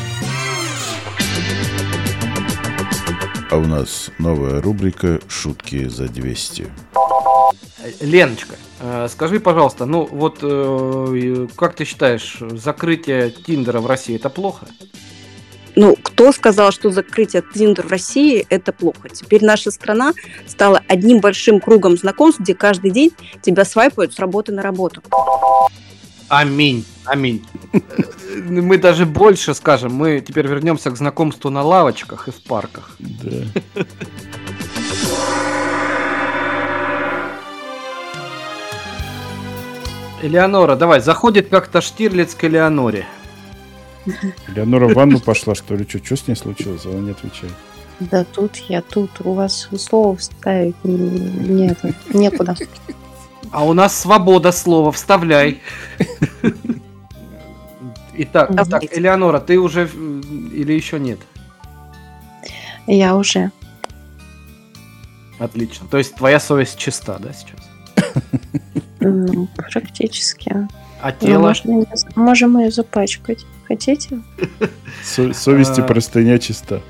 B: А у нас новая рубрика «Шутки за 200».
D: Леночка, скажи, пожалуйста, ну вот как ты считаешь, закрытие Тиндера в России это плохо?
A: Ну, кто сказал, что закрытие Тиндера в России – это плохо? Теперь наша страна стала одним большим кругом знакомств, где каждый день тебя свайпают с работы на работу.
D: Аминь, аминь. Мы даже больше скажем, мы теперь вернемся к знакомству на лавочках и в парках.
B: Да.
D: Элеонора, давай, заходит как-то Штирлиц к Элеоноре.
B: Элеонора в ванну пошла, что ли? Что с ней случилось? Она не отвечает.
C: Да тут я тут. У вас слово вставить нет, некуда.
D: А у нас свобода слова, вставляй. Итак, Элеонора, ты уже или еще нет?
C: Я уже.
D: Отлично. То есть твоя совесть чиста, да, сейчас?
C: Ну, практически.
D: А тело?
C: Можем ее запачкать. Хотите?
B: Совести простыня чиста.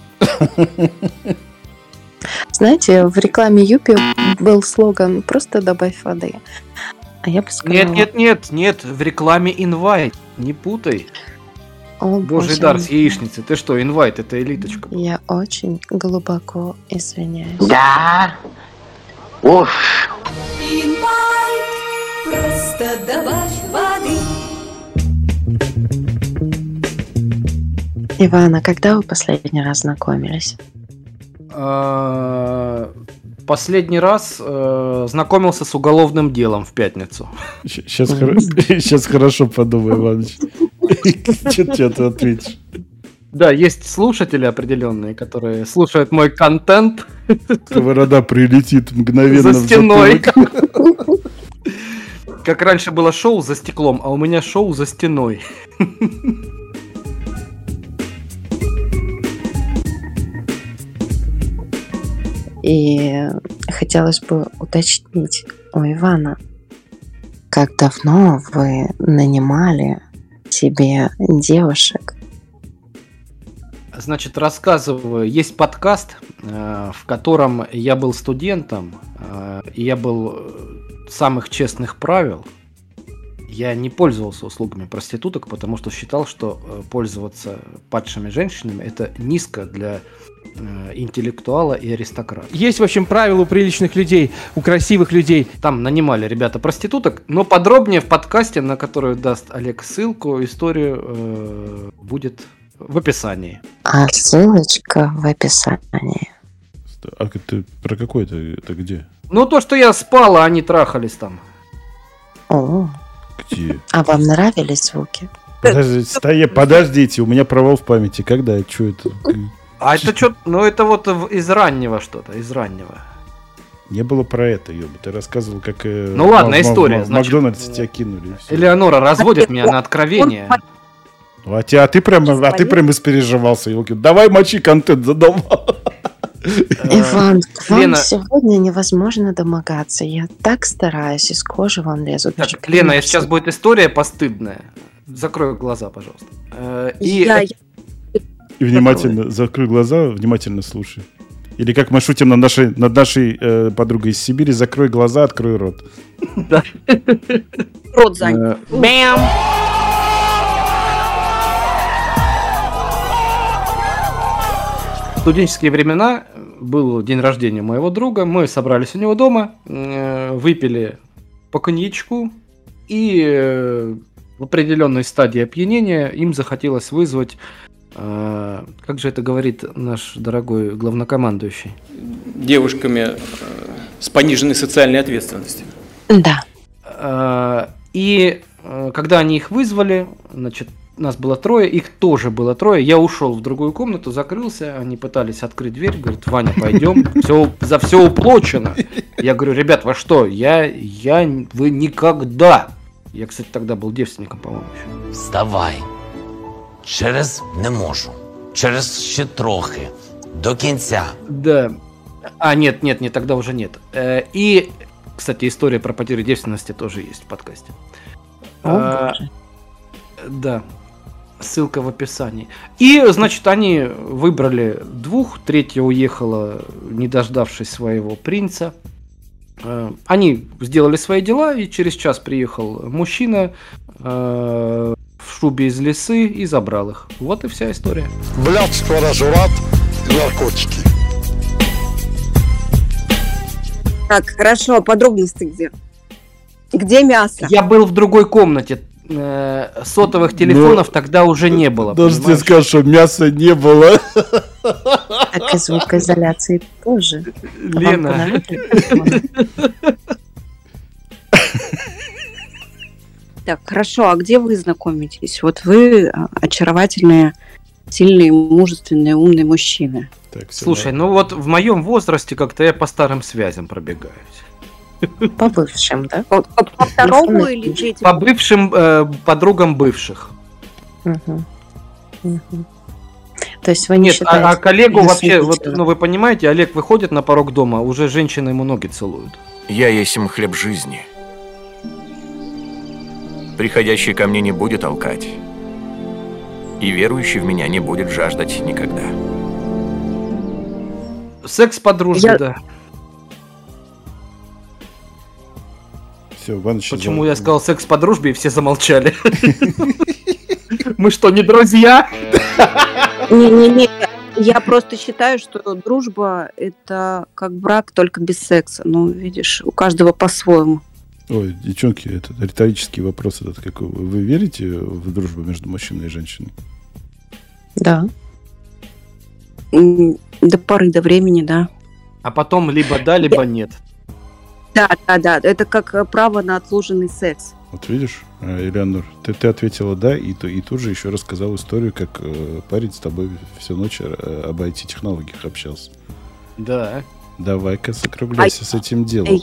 C: Знаете, в рекламе Юпи был слоган «Просто добавь воды». А я бы сказала...
D: Нет, в рекламе Invite. Не путай.
C: О,
D: Божий дар с яичницы. Ты что, Invite, это элиточка.
C: Я очень глубоко извиняюсь.
T: Да. Уж.
P: Просто добавь воды.
C: Ивана, когда вы последний раз знакомились?
D: Последний раз знакомился с уголовным делом в пятницу.
B: Сейчас хорошо подумай, Иваныч. Что ты ответишь?
D: Да, есть слушатели определенные, которые слушают мой контент.
B: Сковорода прилетит мгновенно
D: за стеной. Как раньше было шоу за стеклом, а у меня шоу за стеной.
C: И хотелось бы уточнить у Ивана, как давно вы нанимали себе девушек?
D: Значит, рассказываю. Есть подкаст, в котором я был студентом, и я был самых честных правил. Я не пользовался услугами проституток, потому что считал, что пользоваться падшими женщинами – это низко для интеллектуала и аристократа. Есть, в общем, правила у приличных людей, у красивых людей. Там нанимали ребята проституток, но подробнее в подкасте, на который даст Олег ссылку, историю будет в описании.
C: А ссылочка в описании.
B: А ты про какой-то? Это где?
D: Ну, то, что я спал, а они трахались там.
C: О.
B: Где?
C: А вам нравились звуки?
B: Подождите, у меня провал в памяти. Когда? Что это?
D: А это что? Ну, это вот из раннего что-то, из раннего.
B: Не было про это, ёба. Ты рассказывал, как...
D: Ну ладно, история.
B: В Макдональдсе тебя кинули.
D: Элеонора разводит меня на откровение.
B: А ты прям испереживался, елки. Давай мочи контент, задолбал.
C: Иван, к вам сегодня невозможно домогаться. Я так стараюсь, из кожи вон лезут.
D: Так, Лена, сейчас будет история постыдной. Закрой глаза, пожалуйста.
B: И внимательно, закрой глаза, внимательно слушай. Или как мы шутим над нашей подругой из Сибири, закрой глаза, открой рот.
D: Да.
A: Рот занят.
D: Бэм! В студенческие времена был день рождения моего друга, мы собрались у него дома, выпили по коньячку, и в определенной стадии опьянения им захотелось вызвать, как же это говорит наш дорогой главнокомандующий?
F: Девушками с пониженной социальной ответственностью.
C: Да.
D: И когда они их вызвали, значит, нас было 3, их тоже было 3. Я ушел в другую комнату, закрылся, они пытались открыть дверь, говорят: Ваня, пойдем, за все уплочено. Я говорю: ребят, вы что? Вы никогда. Я, кстати, тогда был девственником, по-моему, еще.
G: Вставай. Через не можу. Через ще трохи. До кінця.
D: Да. Нет, тогда уже нет. И, кстати, история про потерю девственности тоже есть в подкасте. Да. Ссылка в описании. И, значит, они выбрали 2, 3 уехала, не дождавшись своего принца. Они сделали свои дела, и через час приехал мужчина в шубе из лисы и забрал их. Вот и вся история.
I: Блядство, разврат, наркотики.
A: Так, хорошо, подробности где? Где мясо?
D: Я был в другой комнате. Сотовых телефонов тогда уже не было.
B: Даже тебе скажу, что мяса не было.
C: Так и звукоизоляции тоже.
D: Лена.
A: Так, хорошо, а где вы знакомитесь? Вот вы очаровательные, сильные, мужественные, умные мужчины.
B: Так,
D: слушай, ну вот в моем возрасте как-то я по старым связям пробегаюсь.
C: По бывшим, да?
A: По второму или третьему?
D: По бывшим подругам бывших.
C: То есть вы не считаете...
D: А коллегу вообще, вот, ну вы понимаете, Олег выходит на порог дома, уже женщины ему ноги целуют.
Q: Я есмь хлеб жизни. Приходящий ко мне не будет толкать, и верующий в меня не будет жаждать никогда.
D: Секс по дружбе, да.
B: Все,
D: почему я сказал секс по дружбе, и все замолчали? Мы что, не друзья?
A: Не-не-не, я просто считаю, что дружба – это как брак, только без секса. Ну, видишь, у каждого по-своему.
B: Ой, девчонки, это риторический вопрос. Этот какой. Вы верите в дружбу между мужчиной и женщиной?
C: Да.
A: До поры до времени, да.
D: А потом либо да, либо нет.
A: Да. Это как право на отложенный секс.
B: Вот видишь, Элеонор, ты ответила да, и тут же еще рассказал историю, как парень с тобой всю ночь об IT-технологиях общался.
D: Да.
B: Давай-ка закругляйся с этим делом.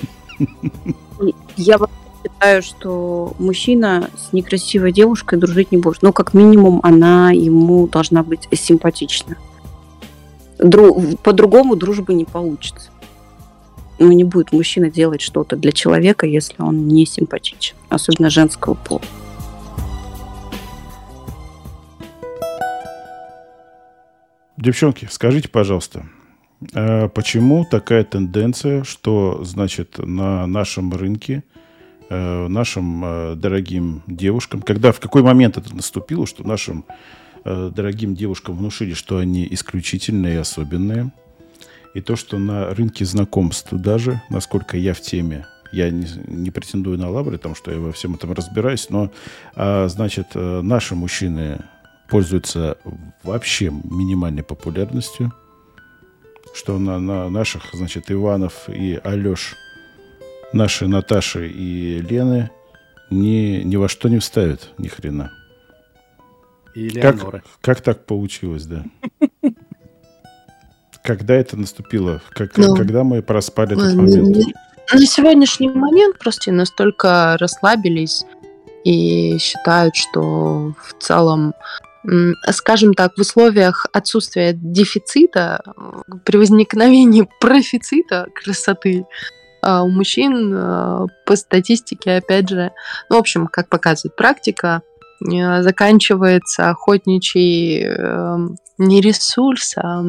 A: Я считаю, что мужчина с некрасивой девушкой дружить не будет. Ну, как минимум, она ему должна быть симпатична. По-другому дружбы не получится. Ну, не будет мужчина делать что-то для человека, если он не симпатичен. Особенно женского пола.
B: Девчонки, скажите, пожалуйста, почему такая тенденция, что, значит, на нашем рынке, нашим дорогим девушкам, в какой момент это наступило, что нашим дорогим девушкам внушили, что они исключительные и особенные, и то, что на рынке знакомств даже, насколько я в теме, я не претендую на лавры, потому что я во всем этом разбираюсь, но, значит, наши мужчины пользуются вообще минимальной популярностью, что на наших, значит, Иванов и Алеш, наши Наташи и Лены ни во что не вставят, ни хрена.
D: И Леонора.
B: Как так получилось, да? Когда это наступило? Когда мы проспали этот момент?
C: На сегодняшний момент просто настолько расслабились и считают, что в целом, скажем так, в условиях отсутствия дефицита, при возникновении профицита красоты, у мужчин по статистике, опять же, ну, в общем, как показывает практика, заканчивается охотничий не ресурс, а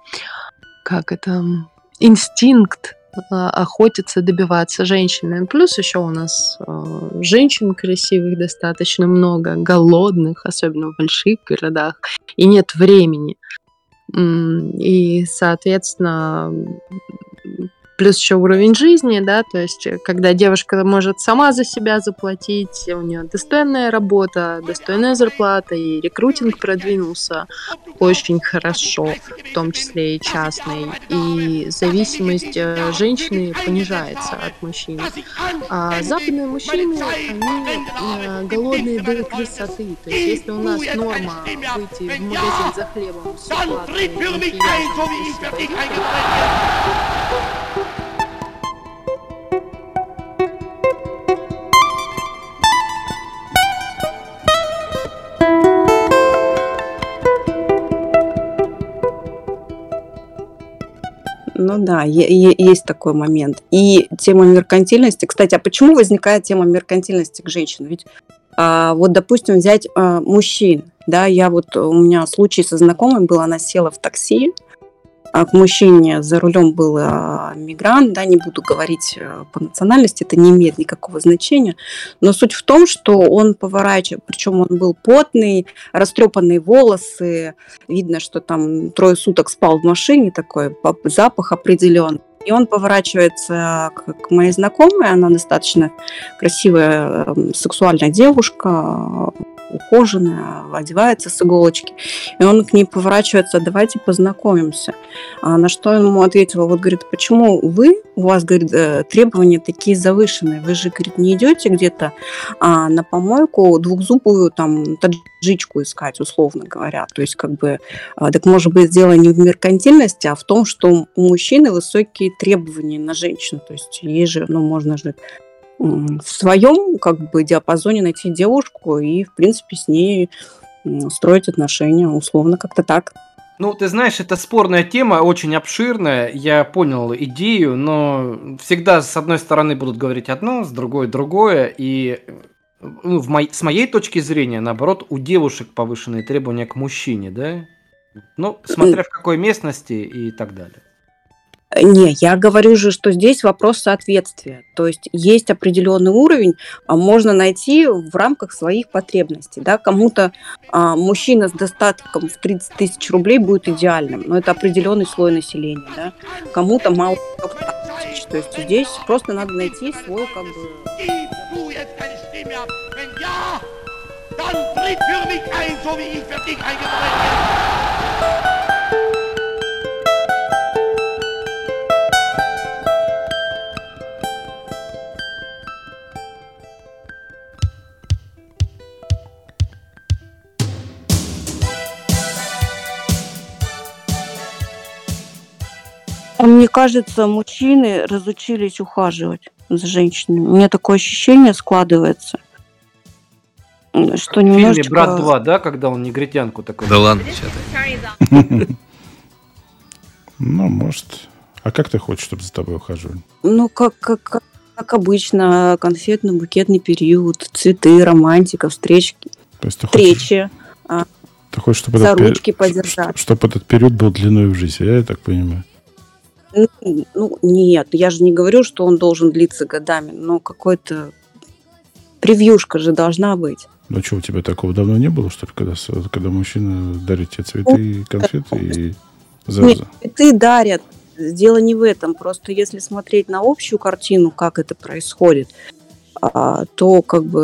C: инстинкт охотиться, добиваться женщины. Плюс еще у нас женщин красивых достаточно много, голодных, особенно в больших городах, и нет времени. И, соответственно, плюс еще уровень жизни, да, то есть когда девушка может сама за себя заплатить, у нее достойная работа, достойная зарплата, и рекрутинг продвинулся очень хорошо, в том числе и частный, и зависимость женщины понижается от мужчин. А западные мужчины, они голодные до красоты, то есть если у нас норма выйти в магазин за хлебом с укладкой,
A: Ну да, есть такой момент. И тема меркантильности. Кстати, а почему возникает тема меркантильности к женщинам? Ведь вот, допустим, взять мужчин. Да, у меня случай со знакомой был, она села в такси, а к мужчине за рулем был мигрант, да, не буду говорить по национальности, это не имеет никакого значения, но суть в том, что он поворачивал, причем он был потный, растрепанные волосы, видно, что там 3 суток спал в машине, такой запах определенный. И он поворачивается к моей знакомой, она достаточно красивая, сексуальная девушка, ухоженная, одевается с иголочки. И он к ней поворачивается: давайте познакомимся. На что я ему ответила: вот, говорит, почему у вас, говорит, требования такие завышенные? Вы же, говорит, не идете где-то на помойку двухзубую там таджичку искать, условно говоря. То есть, так может быть, дело не в меркантильности, а в том, что у мужчины высокие требования на женщину. То есть, ей же, можно же в своем диапазоне найти девушку и, в принципе, с ней строить отношения, условно, как-то так.
D: Ну, ты знаешь, это спорная тема, очень обширная, я понял идею, но всегда с одной стороны будут говорить одно, с другой другое, и с моей точки зрения, наоборот, у девушек повышенные требования к мужчине, да? Ну, смотря в какой местности и так далее.
A: Не, я говорю же, что здесь вопрос соответствия. То есть определенный уровень, можно найти в рамках своих потребностей. Да? Кому-то мужчина с достатком в 30 тысяч рублей будет идеальным, но это определенный слой населения. Да? Кому-то мало 3 тысяч. То есть здесь просто надо найти свой Мне кажется, мужчины разучились ухаживать за женщинами. У меня такое ощущение складывается, что немножечко...
D: В фильме «Брат 2», да, когда он негритянку такой...
U: Да ладно,
B: что-то. Ну, может. А как ты хочешь, чтобы за тобой ухаживали?
A: Ну, как обычно, конфетно-букетный период, цветы, романтика, встречи.
B: Ты хочешь, чтобы
A: за ручки подержать.
B: Чтобы этот период был длиной в жизнь, я так понимаю.
A: Ну, нет, я же не говорю, что он должен длиться годами, но какой-то превьюшка же должна быть.
B: Ну, что, у тебя такого давно не было, что ли, когда мужчина дарит тебе цветы и конфеты и
A: цветы дарят. Дело не в этом. Просто если смотреть на общую картину, как это происходит, то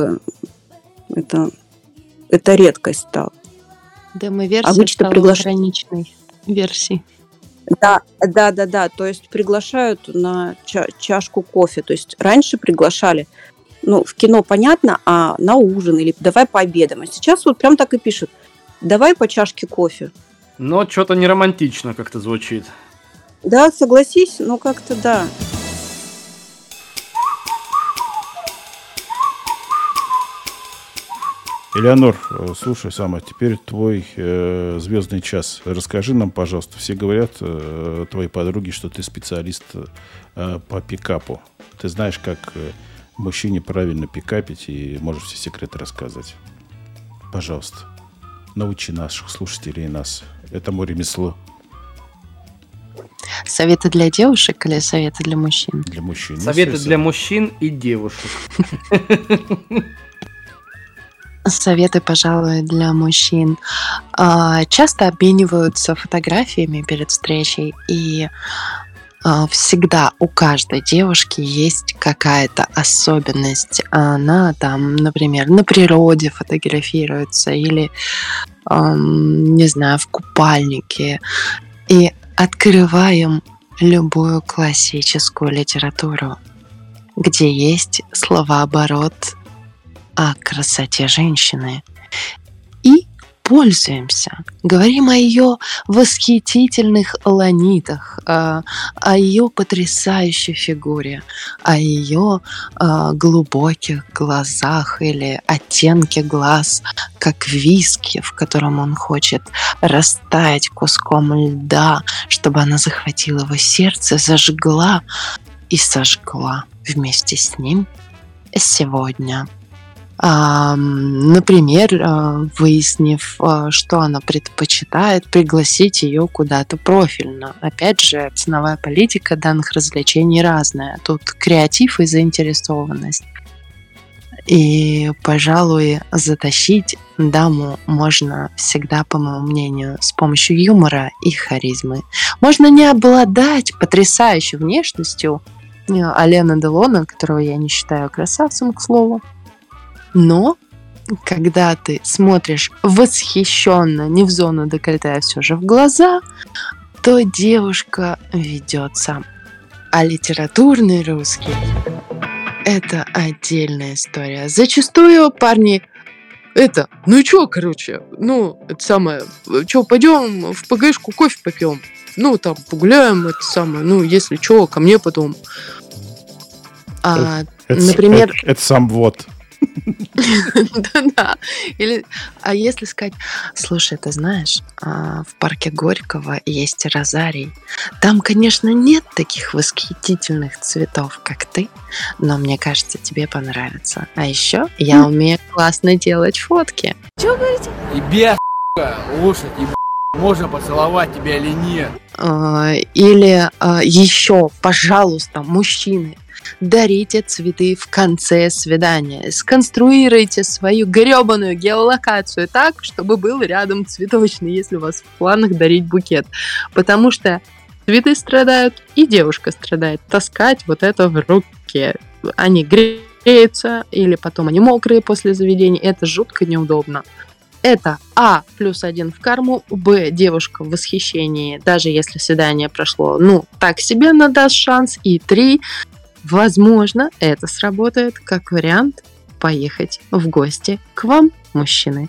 A: это редкость стала.
C: Демо-версия стала ограниченной версией.
A: Да. То есть приглашают на чашку кофе. То есть раньше приглашали, в кино понятно, а на ужин или давай пообедаем. А сейчас вот прям так и пишут: давай по чашке кофе.
D: Но что-то не романтично как-то звучит.
A: Да, согласись, как-то да.
B: Элеонор, слушай, Сама, теперь твой звездный час. Расскажи нам, пожалуйста. Все говорят, твои подруги, что ты специалист по пикапу. Ты знаешь, как мужчине правильно пикапить, и можешь все секреты рассказать. Пожалуйста, научи наших слушателей и нас этому ремеслу.
C: Советы для девушек или советы для мужчин?
B: Для мужчин.
D: Советы для мужчин и девушек.
C: Советы, пожалуй, для мужчин. Часто обмениваются фотографиями перед встречей, и Всегда у каждой девушки есть какая-то особенность. Она там, например, на природе фотографируется или, не знаю, в купальнике. И открываем любую классическую литературу, где есть словооборот о красоте женщины. И пользуемся. Говорим о ее восхитительных ланитах, о ее потрясающей фигуре, о ее глубоких глазах или оттенке глаз, как виски, в котором он хочет растаять куском льда, чтобы она захватила его сердце, зажгла и сожгла вместе с ним сегодня. Например, выяснив, что она предпочитает, пригласить ее куда-то профильно. Опять же, ценовая политика данных развлечений разная. Тут креатив и заинтересованность. И, пожалуй, затащить даму можно всегда, по моему мнению, с помощью юмора и харизмы. Можно не обладать потрясающей внешностью Алена Делона, которого я не считаю красавцем, к слову. Но когда ты смотришь восхищенно, не в зону декольте, а все же в глаза, то девушка ведется. А литературный русский – это отдельная история. Зачастую парни это пойдем в ПГшку кофе попьем, там погуляем, если что, ко мне потом. Например,
B: это сам вот.
C: Да. А если сказать, слушай, ты знаешь, в парке Горького есть розарий. Там, конечно, нет таких восхитительных цветов, как ты, но мне кажется, тебе понравится. А еще я умею классно делать фотки.
E: Чего говорите? Тебе, лошадь, можно поцеловать тебя или нет?
C: Или еще, пожалуйста, мужчины, дарите цветы в конце свидания. Сконструируйте свою гребаную геолокацию так, чтобы был рядом цветочный, если у вас в планах дарить букет. Потому что цветы страдают, и девушка страдает. Таскать вот это в руке. Они греются, или потом они мокрые после заведения. Это жутко неудобно. Это +1 в карму, Б, девушка в восхищении, даже если свидание прошло, так себе, она даст шанс. И 3, возможно, это сработает как вариант поехать в гости к вам, мужчины.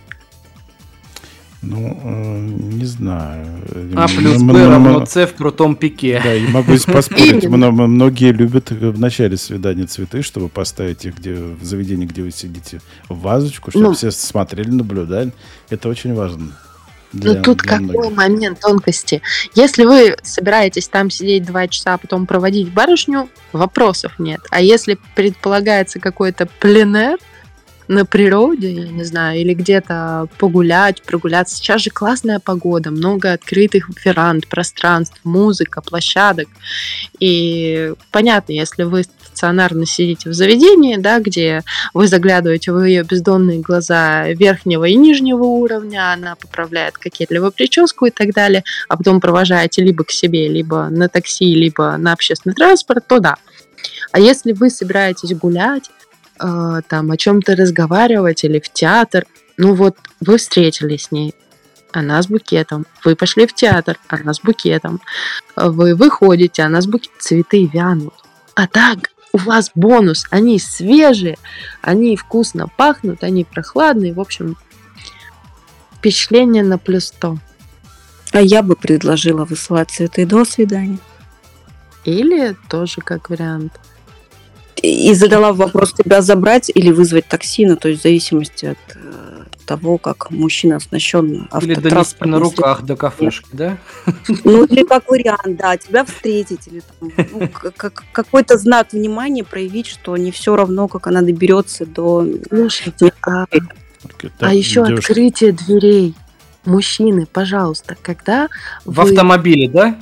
B: Не знаю.
D: +Б равно С в крутом пике.
B: Да, и могу поспорить. Многие любят в начале свидания цветы, чтобы поставить их в заведении, где вы сидите, в вазочку, чтобы все смотрели, наблюдали. Это очень важно.
C: Тут какой момент тонкости. Если вы собираетесь там сидеть 2 часа, а потом проводить барышню, вопросов нет. А если предполагается какой-то пленэр на природе, я не знаю, или где-то прогуляться. Сейчас же классная погода, много открытых веранд, пространств, музыка, площадок. И понятно, если вы стационарно сидите в заведении, да, где вы заглядываете в ее бездонные глаза верхнего и нижнего уровня, она поправляет кокетливую прическу и так далее, а потом провожаете либо к себе, либо на такси, либо на общественный транспорт, то да. А если вы собираетесь гулять, там о чем-то разговаривать или в театр, вы встретились с ней, она с букетом, вы пошли в театр, она с букетом, вы выходите, она с букетом, цветы вянут. А так у вас бонус, они свежие, они вкусно пахнут, они прохладные, в общем, впечатление на +100.
A: А я бы предложила высылать цветы до свидания.
C: Или тоже как вариант.
A: И задала вопрос, тебя забрать или вызвать такси, то есть в зависимости от того, как мужчина оснащен автотранспортом.
D: Или донести на руках до кафешки, да?
A: Или как вариант, да, тебя встретить, или какой-то знак внимания проявить, что не все равно, как она доберется до...
C: Слушайте, а еще открытие дверей. Мужчины, пожалуйста, когда
D: в автомобиле, да?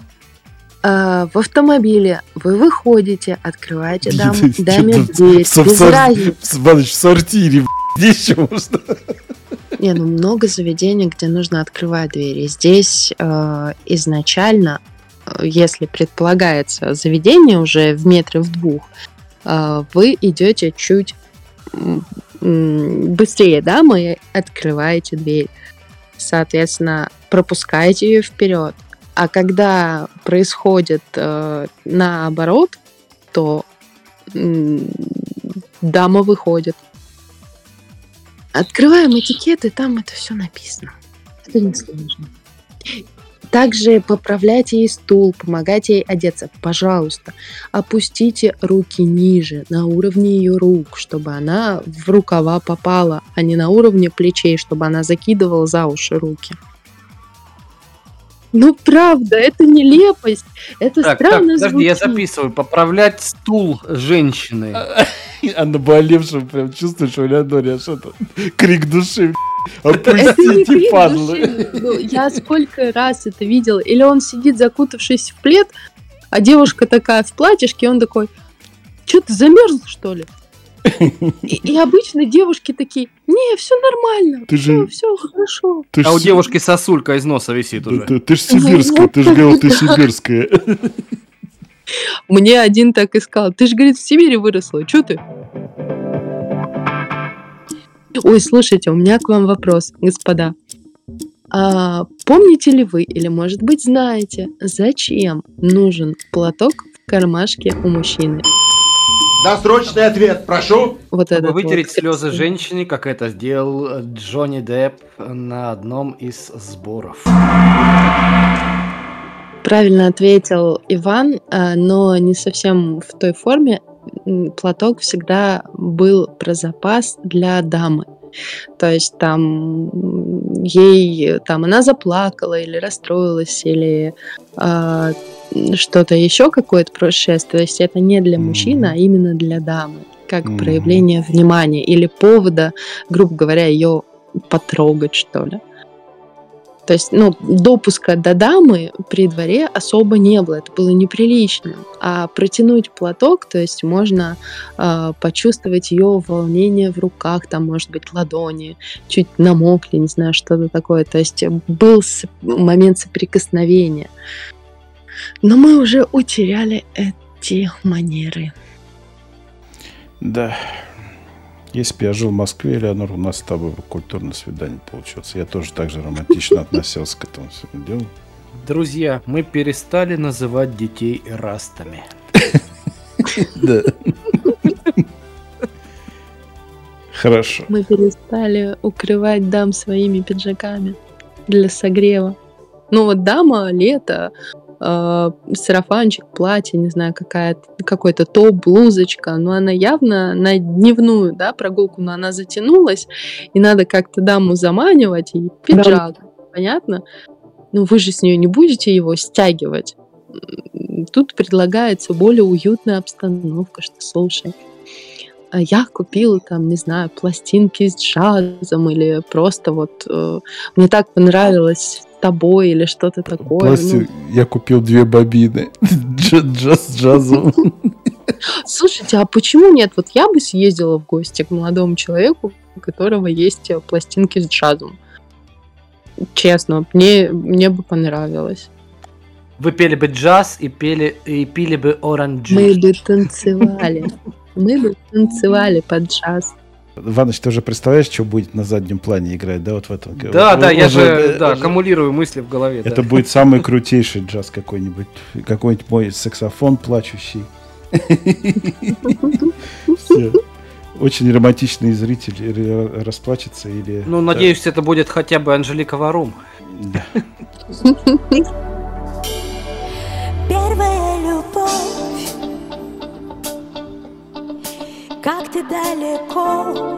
C: В автомобиле вы выходите, открываете даме дверь, без разницы.
B: В сортире, здесь еще можно.
C: Много заведений, где нужно открывать двери. Здесь изначально если предполагается заведение уже в метре в 2, вы идете чуть быстрее дамы, открываете дверь. Соответственно, пропускаете ее вперед. А когда происходит наоборот, то дама выходит. Открываем этикеты, там это все написано. Это не сложно. Также поправляйте ей стул, помогайте ей одеться. Пожалуйста, опустите руки ниже, на уровне ее рук, чтобы она в рукава попала, а не на уровне плечей, чтобы она закидывала за уши руки. Ну, правда, это нелепость. Это странно звучит.
D: Подожди, я записываю. Поправлять стул женщины.
B: А наболевшим прям чувствуешь, у Леонори аж это крик души. Опустите, падлы.
C: Ну, я сколько раз это видела. Или он сидит, закутавшись в плед, а девушка такая в платьишке, и он такой: что ты замерзла, что ли? И обычно девушки такие: не, все нормально, все хорошо.
D: А у девушки сосулька из носа висит уже.
B: Ты ж сибирская, ты ж говорил, ты сибирская.
C: Мне один так и сказал: ты же, говорит, в Сибири выросла, что ты? Ой, слушайте, у меня к вам вопрос, господа. Помните ли вы, или, может быть, знаете, зачем нужен платок в кармашке у мужчины?
O: Досрочный ответ, прошу.
D: Чтобы вытереть слезы женщине, как это сделал Джонни Депп на одном из сборов.
C: Правильно ответил Иван, но не совсем в той форме. Платок всегда был про запас для дамы. То есть там она заплакала или расстроилась, или что-то еще, какое-то происшествие. То есть это не для мужчины, а именно для дамы, как проявление внимания или повода, грубо говоря, ее потрогать, что ли. То есть, допуска до дамы при дворе особо не было, это было неприлично. А протянуть платок, то есть можно почувствовать ее волнение в руках, там, может быть, ладони чуть намокли, не знаю, что-то такое. То есть был момент соприкосновения. Но мы уже утеряли эти манеры.
B: Да. Если бы я жил в Москве, Леонор, у нас с тобой культурное свидание получилось. Я тоже так же романтично относился к этому всему делу.
D: Друзья, мы перестали называть детей эрастами.
B: Да. Хорошо.
C: Мы перестали укрывать дам своими пиджаками для согрева. Дама, лето, сарафанчик, платье, не знаю, какой-то топ, блузочка, но она явно на дневную, прогулку, но она затянулась, и надо как-то даму заманивать, и пиджак, понятно? Но вы же с нее не будете его стягивать. Тут предлагается более уютная обстановка, что, слушай, я купила там, не знаю, пластинки с джазом, или просто мне так понравилось тобой, или что-то такое.
B: Я купил 2 бобины. Джаз с джазом.
C: Слушайте, а почему нет? Я бы съездила в гости к молодому человеку, у которого есть пластинки с джазом. Честно, мне бы понравилось.
D: Вы пели бы джаз и пили бы оранжи.
C: Мы бы танцевали. Мы бы танцевали под джаз.
B: Иваныч, ты уже представляешь, что будет на заднем плане играть, да, вот в этом?
D: Да, я же аккумулирую мысли в голове.
B: Это будет самый крутейший джаз какой-нибудь мой саксофон плачущий. Очень романтичные зрители расплачутся или...
D: Надеюсь, это будет хотя бы Анжелика Варум.
B: Да.
P: Первая любовь. Как ты далеко.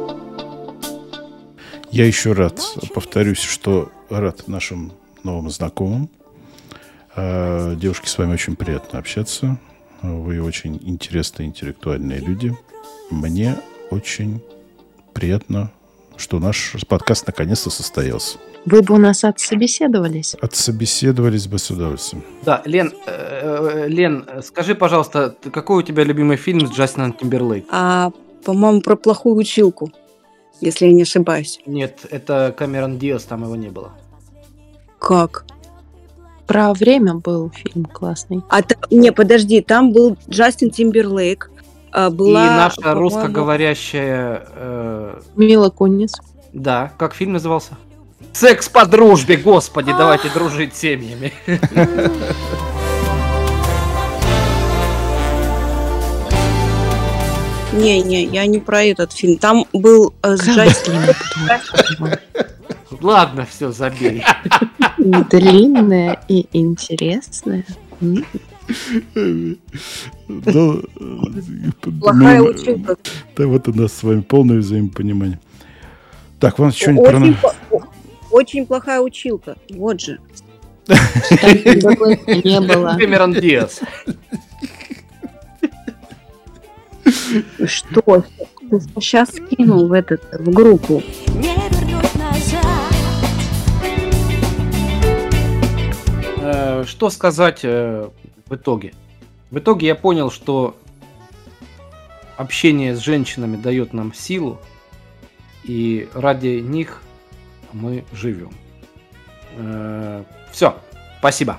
B: Я еще повторюсь, что рад нашим новым знакомым. Девушки, с вами очень приятно общаться. Вы очень интересные, интеллектуальные люди. Мне очень приятно, что наш подкаст наконец-то состоялся.
C: Вы бы у нас отсобеседовались.
B: Отсобеседовались бы с удовольствием.
D: Да, Лен, скажи, пожалуйста, какой у тебя любимый фильм с Джастином Тимберлейк?
A: По-моему, про плохую училку, если я не ошибаюсь.
D: Нет, это Камерон Диас, там его не было.
A: Как?
C: Про время был фильм классный.
A: Не, подожди, там был Джастин Тимберлейк. Была,
D: и наша русскоговорящая...
C: Мила Кунис.
D: Да, как фильм назывался? «Секс по дружбе», господи, давайте дружить семьями.
A: Не, я не про этот фильм. Там был с Джастином.
D: Ладно, все, забей.
C: Длинная и интересная.
A: Плохая училка.
B: Да вот у нас с вами полное взаимопонимание. Так, вам что-нибудь
A: очень плохая училка. Вот же.
C: Не было.
D: Кэмерон Диас.
A: Что? Сейчас скинул в группу.
D: Что сказать в итоге? В итоге я понял, что общение с женщинами дает нам силу, и ради них мы живем. Все, спасибо.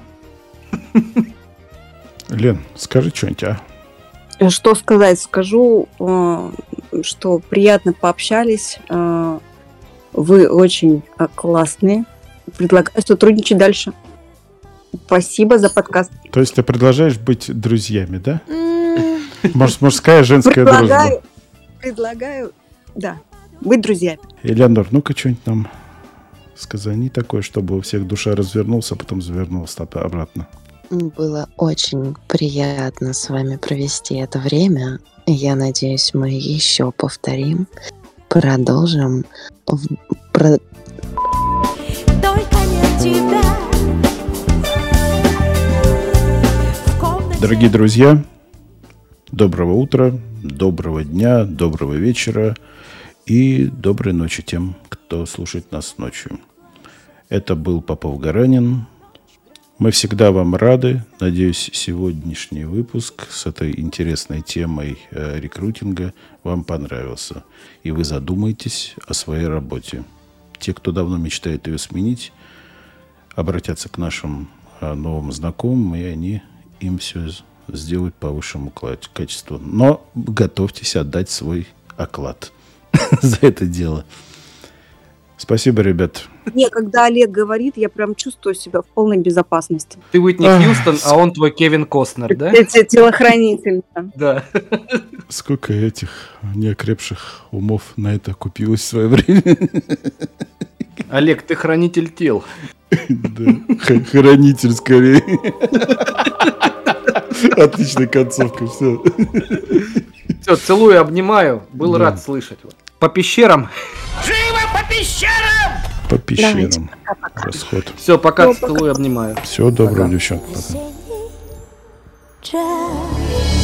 B: Лен, скажи что-нибудь, а?
A: Что сказать? Скажу, что приятно пообщались. Вы очень классные. Предлагаю сотрудничать дальше. Спасибо за подкаст.
B: То есть ты продолжаешь быть друзьями, да? Мужская, женская дружба.
A: Предлагаю, да, быть друзьями.
B: Элеонор, ну-ка что-нибудь нам сказани такое, чтобы у всех душа развернулась, а потом завернулась обратно.
C: Было очень приятно с вами провести это время. Я надеюсь, мы еще повторим, продолжим.
P: Только не тебя.
B: Дорогие друзья, доброго утра, доброго дня, доброго вечера и доброй ночи тем, кто слушает нас ночью. Это был Попов-Гаранин. Мы всегда вам рады. Надеюсь, сегодняшний выпуск с этой интересной темой рекрутинга вам понравился. И вы задумаетесь о своей работе. Те, кто давно мечтает ее сменить, обратятся к нашим новым знакомым, и они им все сделают по высшему качеству. Но готовьтесь отдать свой оклад за это дело. Спасибо, ребят.
A: Не, когда Олег говорит, я прям чувствую себя в полной безопасности.
D: Ты Уитни Хьюстон, а он твой Кевин Костнер, да?
A: Телохранитель.
D: Да.
B: Сколько этих неокрепших умов на это купилось в свое время.
D: Олег, ты хранитель тел.
B: Да, хранитель скорее. Отличная концовка, все.
D: Все, целую, обнимаю. Был рад слышать. По пещерам.
P: Живо по пещерам!
B: По пещерам. Расход.
D: Все, пока, целую, обнимаю.
B: Всего доброго, девчонки.
P: Пока.